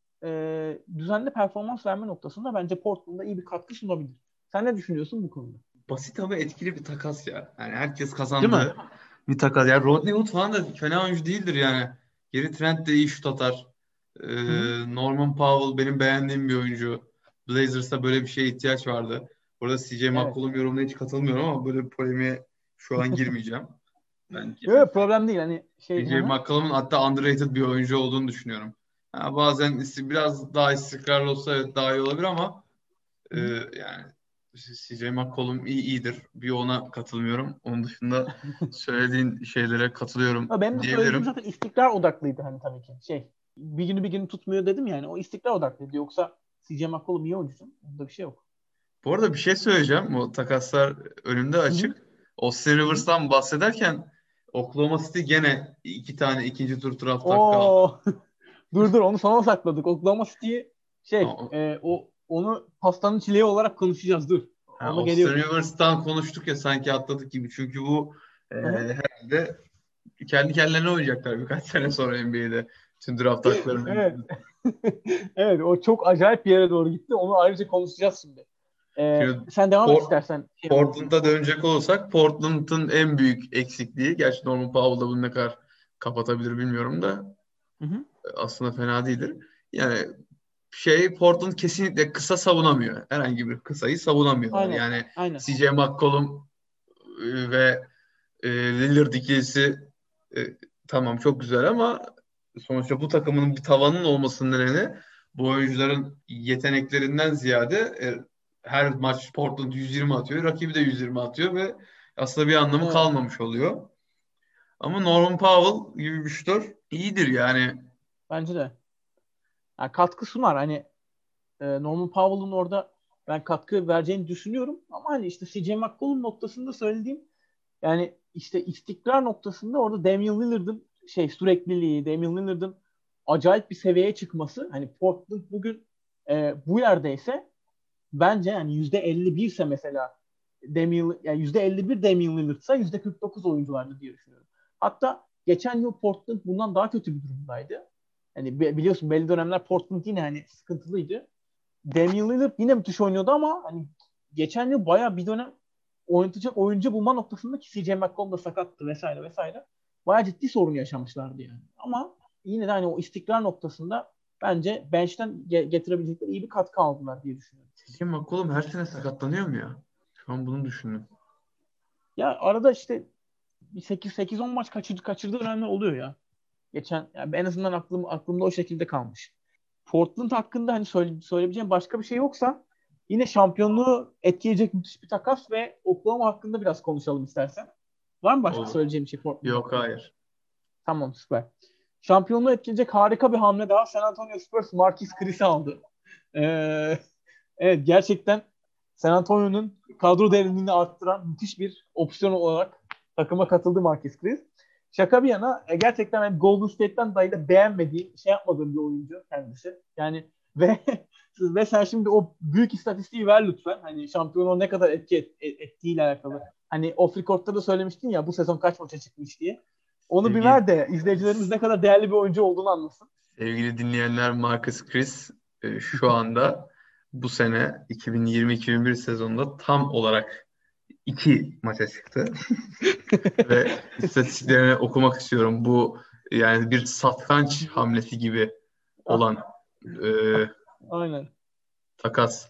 düzenli performans verme noktasında bence Portland'a iyi bir katkı sunabilir. Sen ne düşünüyorsun bu konuda? Basit ama etkili bir takas ya. Yani herkes Değil mi? kazandı bir takas. Yani Rodney Hood falan da fena oyuncu değildir yani. Gary Trent de iyi şut atar. Hı hı. Norman Powell benim beğendiğim bir oyuncu. Blazers'ta böyle bir şeye ihtiyaç vardı. Burada CJ Evet. McCollum yorumuna hiç katılmıyorum ama böyle bir polemiğe şu an girmeyeceğim. Ben yani Yok problem değil. Hani hı CJ hı. McCollum'un hatta underrated bir oyuncu olduğunu düşünüyorum. Ha, bazen biraz daha istikrarlı olsa evet daha iyi olabilir ama Hı hı. yani CJ McCollum iyidir. Bir ona katılmıyorum. Onun dışında söylediğin şeylere katılıyorum Benim de söylediğim diyebilirim. zaten istikrar odaklıydı hani tabii ki. Bir günü tutmuyor dedim yani. O istikrar odaklıydı. Yoksa CJ McCollum iyi oyuncu. Bunda bir şey yok. Bu arada bir şey söyleyeceğim. O takaslar önümde Hı hı. açık. Austin Hı hı. Rivers'tan bahsederken Oklahoma City gene iki tane ikinci tur draft hakkı aldı. Oo. Dur onu sona sakladık. Oklahoma City'yi Ha, onu pastanın çileği olarak konuşacağız. Dur. Ona Austin geliyoruz. Rivers'tan konuştuk ya sanki atladık gibi. Çünkü bu Hı hı. herhalde kendi kendilerine oynayacaklar birkaç sene sonra NBA'de. Tüm draft haklarını. Evet. Evet o çok acayip bir yere doğru gitti. Onu ayrıca konuşacağız şimdi. Şimdi Sen devam et Port- istersen anlatmaya. Portland'a dönecek olursak Portland'ın en büyük eksikliği gerçi Norman Powell da bunu ne kadar kapatabilir bilmiyorum da Hı hı. aslında fena değildir. Yani Portland kesinlikle kısa savunamıyor. Herhangi bir kısayı savunamıyorlar. Aynen. Yani Aynen. CJ McCollum ve Lillard ikilisi tamam çok güzel ama sonuçta bu takımın bir tavanının olmasının nedeni bu oyuncuların yeteneklerinden ziyade her maç Portland 120 atıyor, rakibi de 120 atıyor ve aslında bir anlamı Evet, kalmamış oluyor. Ama Norman Powell gibi bir şutör iyidir yani. bence de. Yani katkı sunar. Hani Norman Powell'ın orada ben katkı vereceğini düşünüyorum. Ama hani işte CJ McCollum noktasında söylediğim yani işte istikrar noktasında orada Damian Lillard'ın sürekliliği, Damian Lillard'ın acayip bir seviyeye çıkması. Hani Portland bugün bu yerdeyse bence yani %51 ise mesela yani %51 Damian Lillard'sa %49 oyunculardı diye düşünüyorum. Hatta geçen yıl Portland bundan daha kötü bir durumdaydı. Hani biliyorsun belli dönemler Portland yine hani sıkıntılıydı. Damian Lillard yine müthiş oynuyordu ama hani geçen yıl bayağı bir dönem oynatacak oyuncu bulma noktasında ki CJ McCollum da sakattı vesaire vesaire. Bayağı ciddi sorun yaşamışlardı yani. Ama yine de hani o istikrar noktasında bence bench'ten getirebilecekleri iyi bir katkı aldılar diye düşünüyorum. CJ McCollum her sene sakatlanıyor mu ya? Şu an bunu düşündüm. Ya arada işte bir 8-10 maç kaçırdığı dönemler oluyor ya. Yani en azından aklımda o şekilde kalmış. Portland hakkında hani söyleyebileceğim başka bir şey yoksa yine şampiyonluğu etkileyecek müthiş bir takas ve Oklahoma hakkında biraz konuşalım istersen. Var mı başka Olur. söyleyeceğim bir şey Portland Yok, hakkında? hayır. Tamam, süper. Şampiyonluğu etkileyecek harika bir hamle daha. San Antonio Spurs Marquise Chris'i aldı. Ee, evet, gerçekten San Antonio'nun kadro derinliğini arttıran müthiş bir opsiyon olarak takıma katıldı Marquise Chris. Şaka bir yana gerçekten ben Golden State'ten dahi de beğenmediğim, yapmadığım bir oyuncu kendisi. Yani ve ve sen şimdi o büyük istatistiği ver lütfen. Hani şampiyonu ne kadar ettiğiyle alakalı. Hani off record'ta da söylemiştin ya bu sezon kaç maça çıkmış diye. Onu bir Sevgili, ver de izleyicilerimiz ne kadar değerli bir oyuncu olduğunu anlasın. sevgili dinleyenler, Marcus Chris şu anda bu sene 2020-2021 sezonunda tam olarak 2 maça çıktı. Ve istatistiklerini okumak istiyorum. Bu yani bir satranç hamlesi gibi olan e, Aynen. takas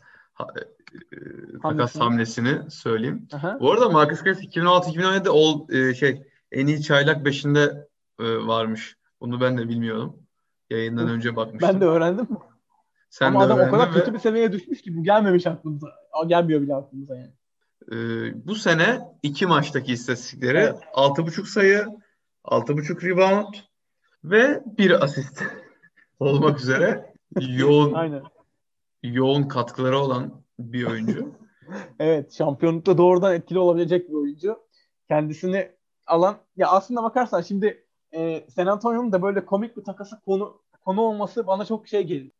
takas Hamlesini. hamlesini söyleyeyim. Aha. Bu arada Marcus Chris 2016-2017'de en iyi çaylak beşinde varmış. Bunu ben de bilmiyordum. Yayından önce Ben de bakmıştım. öğrendim. Sen Ama de adam o kadar öğrendin kötü ve bir seviyeye düşmüş ki bu gelmemiş aklımıza. Gelmiyor bile aklımıza yani. bu sene 2 maçtaki istatistikleri Evet. 6,5 sayı, 6,5 rebound ve bir asist olmak üzere yoğun Aynen. yoğun katkıları olan bir oyuncu. Evet. Şampiyonlukta doğrudan etkili olabilecek bir oyuncu. Kendisini alan ya aslında bakarsan şimdi San Antonio'nun da böyle komik bir takası konu olması bana çok şey geliyor.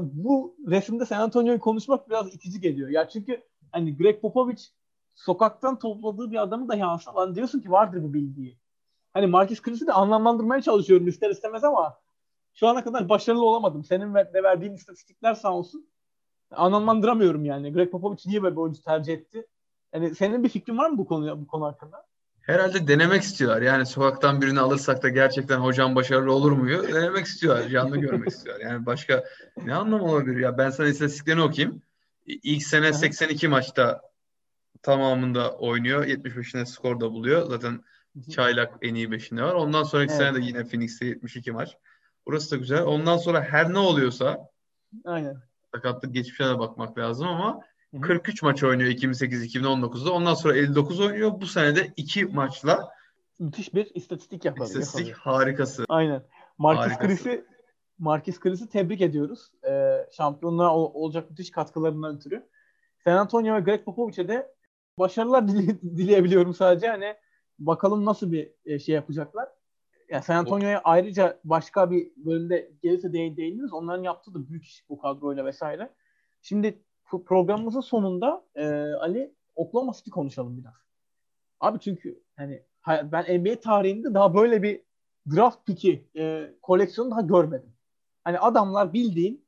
Bu resimde San Antonio'yu konuşmak biraz itici geliyor. Ya çünkü hani Greg Popovich sokaktan topladığı bir adamı dahi alsa lan diyorsun ki vardır bir bildiği. Hani Marquise Chris'i de anlamlandırmaya çalışıyorum ister istemez ama şu ana kadar başarılı olamadım. Senin de verdiğin istatistikler sağ olsun. Anlamlandıramıyorum yani. Greg Popovich niye böyle bir oyuncu tercih etti? Yani senin bir fikrin var mı bu konu hakkında? Herhalde denemek istiyorlar. Yani sokaktan birini alırsak da gerçekten hocam başarılı olur muyu? Denemek istiyorlar. Canlı görmek istiyorlar. Yani başka ne anlamı olabilir ya? Ben sana istatistiklerini okuyayım. İlk sene Aha. 82 maçta tamamında oynuyor. 75'ine skor da buluyor. Zaten çaylak en iyi beşinde var. Ondan sonraki sene Evet. de yine Phoenix'te 72 maç. Burası da güzel. Ondan sonra her ne oluyorsa Aynen. sakatlık geçmişe de bakmak lazım ama Hı hı. 43 maç oynuyor 2008-2019'da. Ondan sonra 59 oynuyor. Bu sene de 2 maçla Müthiş bir istatistik istatistik yakalıyor. harikası. Aynen. Marquise Harikası. Chris'i Marquise Chris'i tebrik ediyoruz. Şampiyonluğa olacak müthiş katkılarından ötürü. San Antonio ve Greg Popovich'e de başarılar dileyebiliyorum sadece. Hani bakalım nasıl bir şey yapacaklar. Yani San O, Antonio'ya ayrıca başka bir bölümde gelirse değiniriz. Onların yaptığı da büyük iş bu kadroyla vesaire. Şimdi programımızın sonunda Ali Oklahoma City konuşalım biraz. Abi çünkü hani ben NBA tarihinde daha böyle bir draft pick'i koleksiyonu daha görmedim. Hani adamlar bildiğin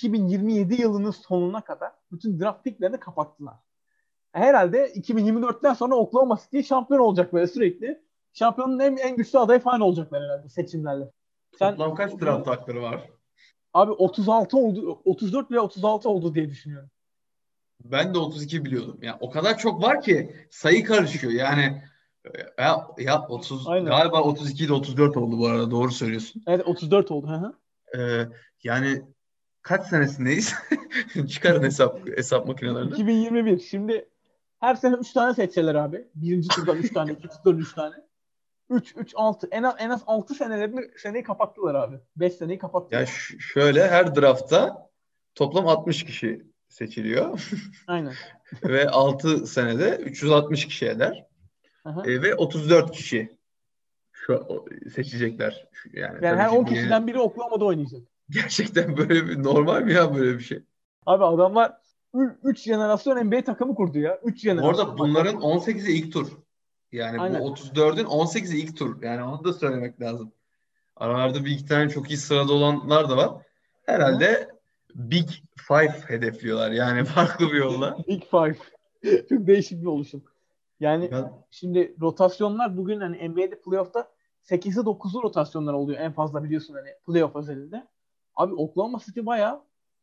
2027 yılının sonuna kadar bütün draft pick'lerini kapattılar. Herhalde 2024'ten sonra Oklahoma City şampiyon olacak böyle sürekli. Şampiyonun en güçlü adayı falan olacaklar herhalde seçimlerle. Sen toplam kaç draft hakları var? abi 36 oldu, 34 veya 36 oldu diye düşünüyorum. Ben de 32 biliyordum. Yani o kadar çok var ki sayı karışıyor. Yani ya 30 Aynen. galiba 32 de 34 oldu bu arada. Doğru söylüyorsun. Evet 34 oldu. Hı hı. Yani kaç senesindeyiz? Çıkarın hesap makinelerini. 2021. Şimdi her sene 3 tane seçseler abi. Birinci turdan 3 tane, ikinci turdan 3 tane. 3 6. En az 6 seneyi kapattılar abi. 5 seneyi Ya kapattılar. şöyle her draftta toplam 60 kişi seçiliyor Aynen. ve 6 senede 360 kişi eder. Hı hı. Ve 34 kişi seçecekler. Yani Yani tabii her 10 şimdi kişiden biri Oklahoma'da oynayacak. gerçekten böyle bir normal mi ya böyle bir şey? Abi adamlar 3 jenerasyon NBA takımı kurdu ya. 3 Bu arada jenerasyon bak. bunların 18'i ilk tur. Yani bu Aynen. 34'ün 18'i ilk tur. Yani onu da söylemek lazım. Aralarda bir iki tane çok iyi sırada olanlar da var. Hı hı. Herhalde Big Five hedefliyorlar. Yani farklı bir yolla. Big Five. Çok değişik bir oluşum. Yani Ya, şimdi rotasyonlar bugün hani NBA'de playoff'ta 8'i 9'lu rotasyonlar oluyor en fazla biliyorsun hani playoff özelinde. Abi Oklahoma City bayağı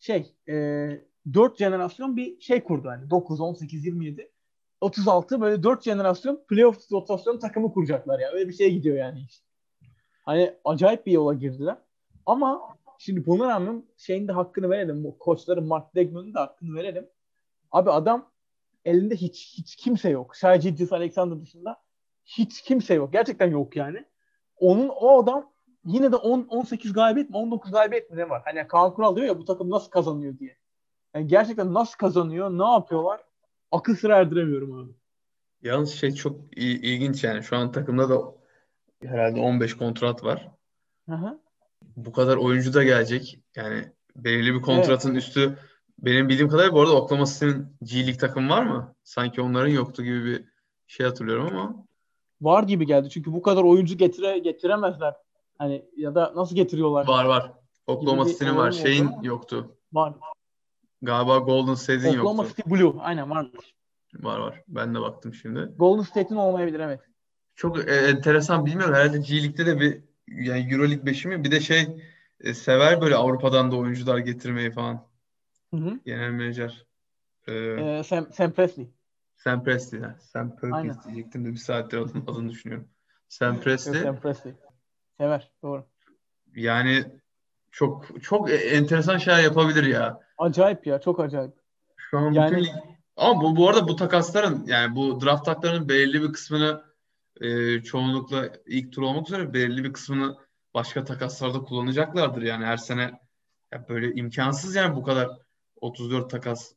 4 jenerasyon bir şey kurdu hani 9, 18, 27, 36 böyle 4 jenerasyon playoff rotasyon takımı kuracaklar ya. Öyle bir şeye gidiyor yani. Hani acayip bir yola girdiler. Ama şimdi buna rağmen şeyin de hakkını verelim. Bu koçların Mark Degman'ın da hakkını verelim. Abi adam elinde hiç kimse yok. Sadece Gilgeous Alexander dışında hiç kimse yok. Gerçekten yok yani. O adam yine de 18 galibiyet mi 19 galibiyet mi ne var? Hani Kaan Kural diyor ya bu takım nasıl kazanıyor diye. Yani gerçekten nasıl kazanıyor? Ne yapıyorlar? Akıl sır erdiremiyorum abi. yalnız şey çok ilginç yani. Şu an takımda da herhalde 15 kontrat var. Hı hı. Bu kadar oyuncu da gelecek. Yani belirli bir Evet. kontratın üstü benim bildiğim kadarıyla bu arada Oklahoma City'nin G League takım var mı? Sanki onların yoktu gibi bir şey hatırlıyorum ama Var gibi geldi. Çünkü bu kadar oyuncu getiremezler. Hani ya da nasıl getiriyorlar var. gibi Oklahoma bir City'nin var. olayım oldu Şeyin ama yoktu. var. Galiba Golden State'in Oklahoma yoktu. City Blue. Aynen varmış. Var. Ben de baktım şimdi. Golden State'in olmayabilir evet. Çok enteresan bilmiyorum. Herhalde G League'de de bir yani Euroleague 5'i mi? Bir de sever böyle Avrupa'dan da oyuncular getirmeyi falan. Hı hı. Genel menajer. E, Sam Presti. Sam Presti. Ha. Sam Aynen. Perkins diyecektim de bir saattir adını düşünüyorum. Sam Yok Presti. Sam Presti. Sever. Doğru. Yani çok enteresan şeyler yapabilir ya. Acayip ya. Çok acayip. Şu an bütün Yani lig... Ama bu arada bu takasların yani bu draft haklarının belirli bir kısmını çoğunlukla ilk tur olmak üzere belirli bir kısmını başka takaslarda kullanacaklardır. Yani her sene ya böyle imkansız yani bu kadar 34 takas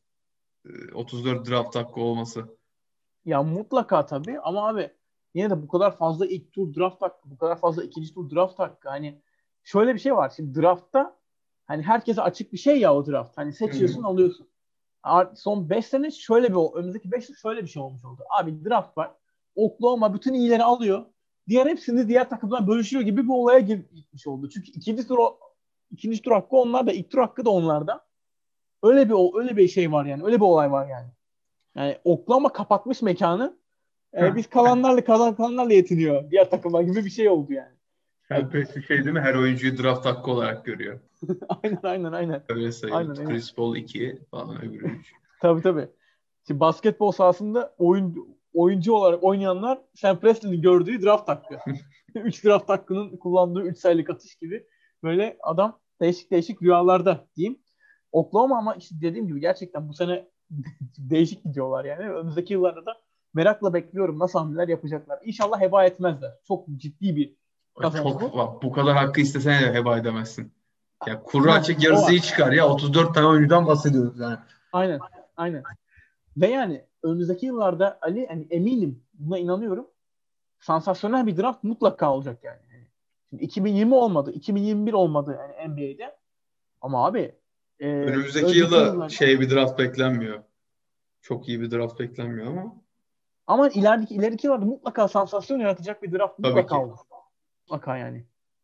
34 draft hakkı olması. ya mutlaka tabii ama abi yine de bu kadar fazla ilk tur draft hakkı, bu kadar fazla ikinci tur draft hakkı hani şöyle bir şey var. Şimdi draftta hani herkese açık bir şey ya o draft. Hani Hı hı. seçiyorsun alıyorsun. Son 5 sene önümüzdeki 5 yıl şöyle bir şey olmuş oldu. Abi draft var. Oklahoma bütün iyileri alıyor. Diğer hepsini diğer takımlar bölüşüyor gibi bir olaya gitmiş oldu. Çünkü ikinci tur hakkı onlarda, ilk tur hakkı da onlarda. Öyle bir şey var yani. Öyle bir olay var yani. Yani Oklahoma kapatmış mekanı. Biz kalanlarla yetiniyor. Diğer takımlar gibi bir şey oldu yani. Sam Yani Presti şey değil mi? Her oyuncuyu draft hakkı olarak görüyor. aynen. Öyle sayıyor. Aynen aynen. Chris Paul 2 falan öbürü 3. Tabii tabii. Şimdi basketbol sahasında oyuncu olarak oynayanlar Sam Presti'nin gördüğü draft hakkı. 3 draft hakkının kullandığı 3 sayılık atış gibi böyle adam değişik değişik rüyalarda diyeyim. Oklahoma ama işte dediğim gibi gerçekten bu sene değişik gidiyorlar yani. Önümüzdeki yıllarda da merakla bekliyorum nasıl hamleler yapacaklar. İnşallah heba etmezler. Çok ciddi bir kazanç Çok bu. bak, bu kadar hakkı istesene de heba edemezsin. Ya kuru Ha, açık o yarısı iyi var. çıkar ya. 34 tane oyuncudan bahsediyoruz yani. Aynen. Aynen. Ve yani önümüzdeki yıllarda Ali hani eminim buna inanıyorum. Sansasyonel bir draft mutlaka olacak yani. Şimdi 2020 olmadı, 2021 olmadı yani NBA'de. Ama abi Önümüzdeki önceki yılda yıllar bir draft beklenmiyor. Çok iyi bir draft beklenmiyor ama ama ileriki yıllarda mutlaka sansasyon yaratacak bir draft tabii mutlaka ki. olur. Mutlaka yani.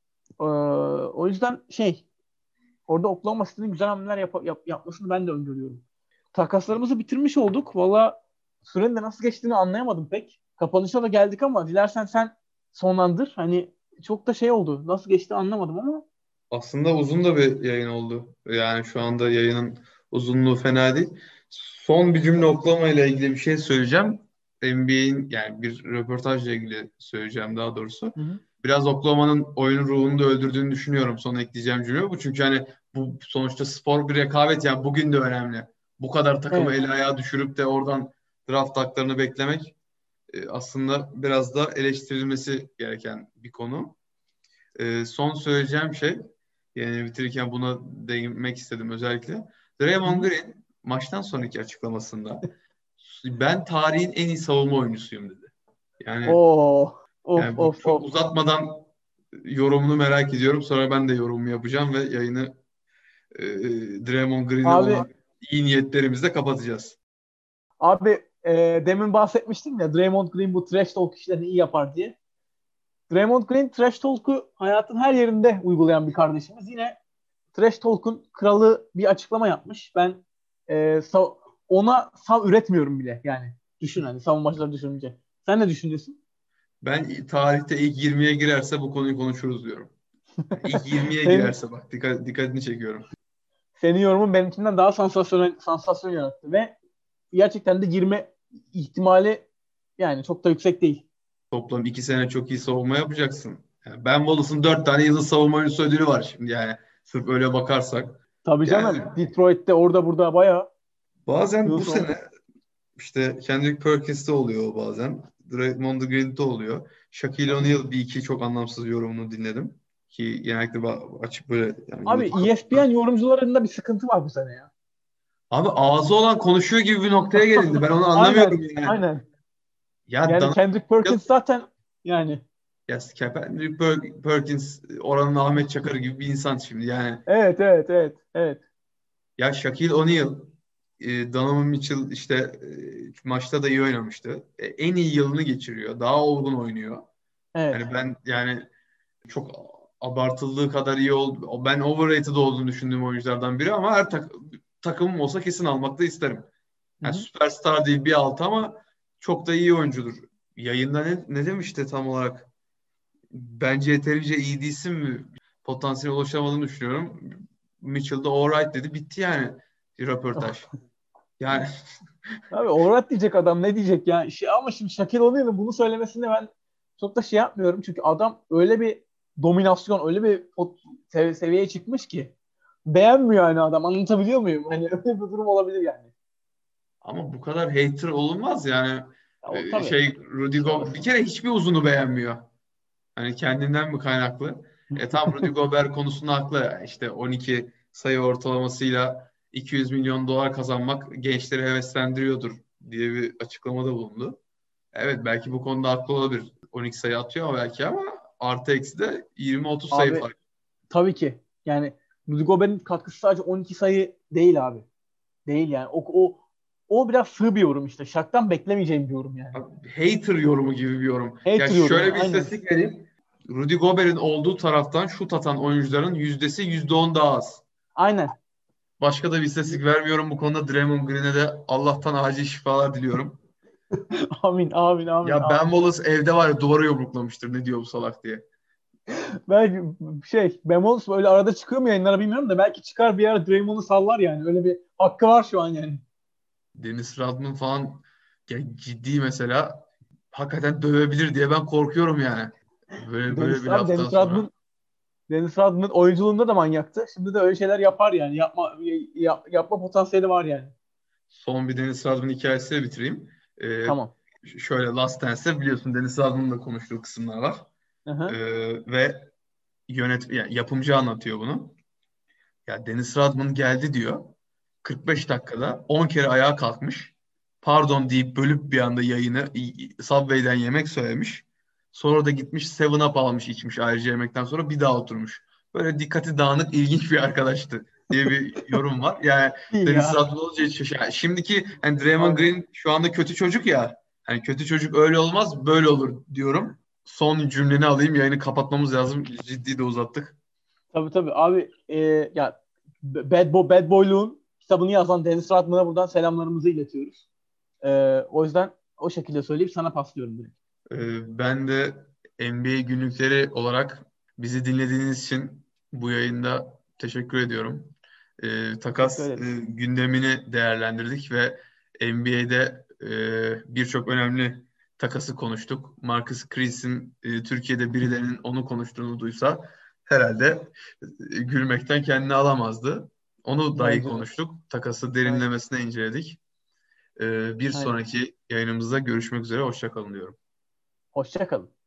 O yüzden orada Oklahoma City'nin güzel hamleler yapmasını ben de öngörüyorum. Takaslarımızı bitirmiş olduk. Valla sürenin de nasıl geçtiğini anlayamadım pek. Kapanışa da geldik ama dilersen sen sonlandır. Hani çok da şey oldu. Nasıl geçti anlamadım ama Aslında uzun da bir yayın oldu. Yani şu anda yayının uzunluğu fena değil. Son bir cümle Oklahoma ile ilgili bir şey söyleyeceğim. NBA'in yani bir röportajla ilgili söyleyeceğim daha doğrusu. Hı hı. Biraz Oklahoma'nın oyunun ruhunu da öldürdüğünü düşünüyorum. Son ekleyeceğim cümle bu. Çünkü hani bu sonuçta spor bir rekabet yani bugün de önemli. Bu kadar takımı Evet. el ayağa düşürüp de oradan draft haklarını beklemek aslında biraz da eleştirilmesi gereken bir konu. Son söyleyeceğim şey, yani bitirirken buna değinmek istedim özellikle. Hı Draymond hı. Green maçtan sonraki açıklamasında ben tarihin en iyi savunma oyuncusuyum dedi. Yani Oo. Of yani bu of çok of. uzatmadan yorumunu merak ediyorum. Sonra ben de yorumumu yapacağım ve yayını e, Draymond Green'e Abi olan iyi niyetlerimizle kapatacağız. abi demin bahsetmiştim ya Draymond Green bu trash talk işlerini iyi yapar diye. Draymond Green trash talk'u hayatın her yerinde uygulayan bir kardeşimiz. Yine trash talk'un kralı bir açıklama yapmış. Ben ona sav üretmiyorum bile yani. Düşün hani savunmacıları düşününce. Sen ne düşünüyorsun? Ben tarihte ilk 20'ye girerse bu konuyu konuşuruz diyorum. Yani ilk 20'ye Senin, girerse bak dikkatini çekiyorum. senin yorumun benimkinden daha sansasyon yarattı ve gerçekten de girme ihtimali yani çok da yüksek değil. Toplam 2 sene çok iyi savunma yapacaksın. Yani Ben Wallace'ın 4 tane yıldız savunma oyuncusu ödülü var şimdi yani. Sırf öyle bakarsak. Tabii Yani canım. Detroit'te orada burada bayağı bazen bu Wilson. sene işte Kendrick Perkins'te oluyor bazen. Draymond Green'de oluyor. Shaquille O'Neal bir iki çok anlamsız yorumunu dinledim. Ki genellikle açık böyle yani Abi YouTube. ESPN yorumcularında bir sıkıntı var bu sene ya. Abi ağzı olan konuşuyor gibi bir noktaya gelindi. Ben onu Aynen. anlamıyorum yani. Aynen. Ya Yani Donovan Kendrick Mitchell, Perkins zaten yani ya Kendrick Perkins oranın Ahmet Çakar gibi bir insan şimdi yani. evet evet evet evet. Ya Shaquille O'Neal, Donovan Mitchell işte maçta da iyi oynamıştı. En iyi yılını geçiriyor. Daha olgun oynuyor. Evet. Yani ben yani çok abartıldığı kadar iyi oldu. Ben overrated olduğunu düşündüğüm oyunculardan biri ama her takımım olsa kesin almak da isterim. Hı Yani hı. süperstar değil bir altı ama çok da iyi oyuncudur. Yayında ne demişti tam olarak? Bence yeterince iyi değilsin mi? Potansiyel ulaşamadığını düşünüyorum. Mitchell de alright dedi. Bitti yani röportaj. Yani Abi Orat diyecek adam ne diyecek ya? Ama şimdi Shaquille O'Neal'ın bunu söylemesini ben çok da şey yapmıyorum. Çünkü adam öyle bir dominasyon, öyle bir seviyeye çıkmış ki beğenmiyor yani adam. Anlatabiliyor muyum? Hani öyle bir durum olabilir yani. ama bu kadar hater olunmaz yani. Ya, o tabii. Rudy İşte Gobert bir kere hiçbir uzunu beğenmiyor. Hani kendinden mi kaynaklı? Tam Rudy Gobert konusunda haklı. İşte 12 sayı ortalamasıyla 200 milyon dolar kazanmak gençleri heveslendiriyordur diye bir açıklamada bulundu. Evet belki bu konuda haklı olabilir. 12 sayı atıyor belki ama artı eksi de 20-30 sayı abi fark. tabii ki. Yani Rudy Gobert'in katkısı sadece 12 sayı değil abi. Değil yani. O biraz sığ bir yorum işte. Shaq'tan beklemeyeceğim bir yorum yani. Hater yorumu gibi bir yorum. Ya Hater yorumu şöyle bir aynen. istatistik vereyim. Rudy Gobert'in olduğu taraftan şut atan oyuncuların yüzdesi %10 daha az. Aynen. Başka da bir istatistik vermiyorum bu konuda. Draymond Green'e de Allah'tan acil şifalar diliyorum. Amin, amin, amin, Ya Ben amin. Wallace evde var ya duvara yumruklamıştır ne diyor bu salak diye. Belki Bemos böyle arada çıkıyor mu yayınlara bilmiyorum da belki çıkar bir ara Draymond'u sallar yani. Öyle bir hakkı var şu an yani. Dennis Rodman falan ya ciddi mesela hakikaten dövebilir diye ben korkuyorum yani. Böyle Dennis bir abi laftan Dennis sonra. Rodman Dennis Rodman oyunculuğunda da manyaktı. Şimdi de öyle şeyler yapar yani. Yapma potansiyeli var yani. Son bir Dennis Rodman hikayesiyle bitireyim. Ee, Tamam. Şöyle Last Dance'te biliyorsun Dennis Rodman'ın da konuştuğu kısımlar var. Hı-hı. Ve yani yapımcı anlatıyor bunu. Ya Dennis Rodman geldi diyor. 45 dakikada 10 kere ayağa kalkmış. Pardon deyip bölüp bir anda yayını Subway'den yemek söylemiş. Sonra da gitmiş 7-Up almış içmiş ayrıca yemekten sonra bir daha oturmuş. Böyle dikkati dağınık ilginç bir arkadaştı diye bir yorum var. Yani İyi Dennis ya. Rodman olunca hiç yani şimdiki hani Draymond Aynen. Green şu anda kötü çocuk ya. Hani kötü çocuk öyle olmaz böyle olur diyorum. Son cümleni alayım yayını kapatmamız lazım. Ciddi de uzattık. Tabii tabii. Abi ya Bad Boy'luğun kitabını yazan Dennis Rodman'a buradan selamlarımızı iletiyoruz. O yüzden o şekilde söyleyip sana paslıyorum direkt. Ben de NBA günlükleri olarak bizi dinlediğiniz için bu yayında teşekkür ediyorum. Takas Teşekkür ederiz. gündemini değerlendirdik ve NBA'de birçok önemli takası konuştuk. Marcus Chris'in Türkiye'de birilerinin onu konuştuğunu duysa herhalde gülmekten kendini alamazdı. Onu dahi Bence de. konuştuk. Takası Aynen. derinlemesine inceledik. Bir Aynen. sonraki yayınımızda görüşmek üzere. Hoşça kalın diyorum. Hoşça kalın.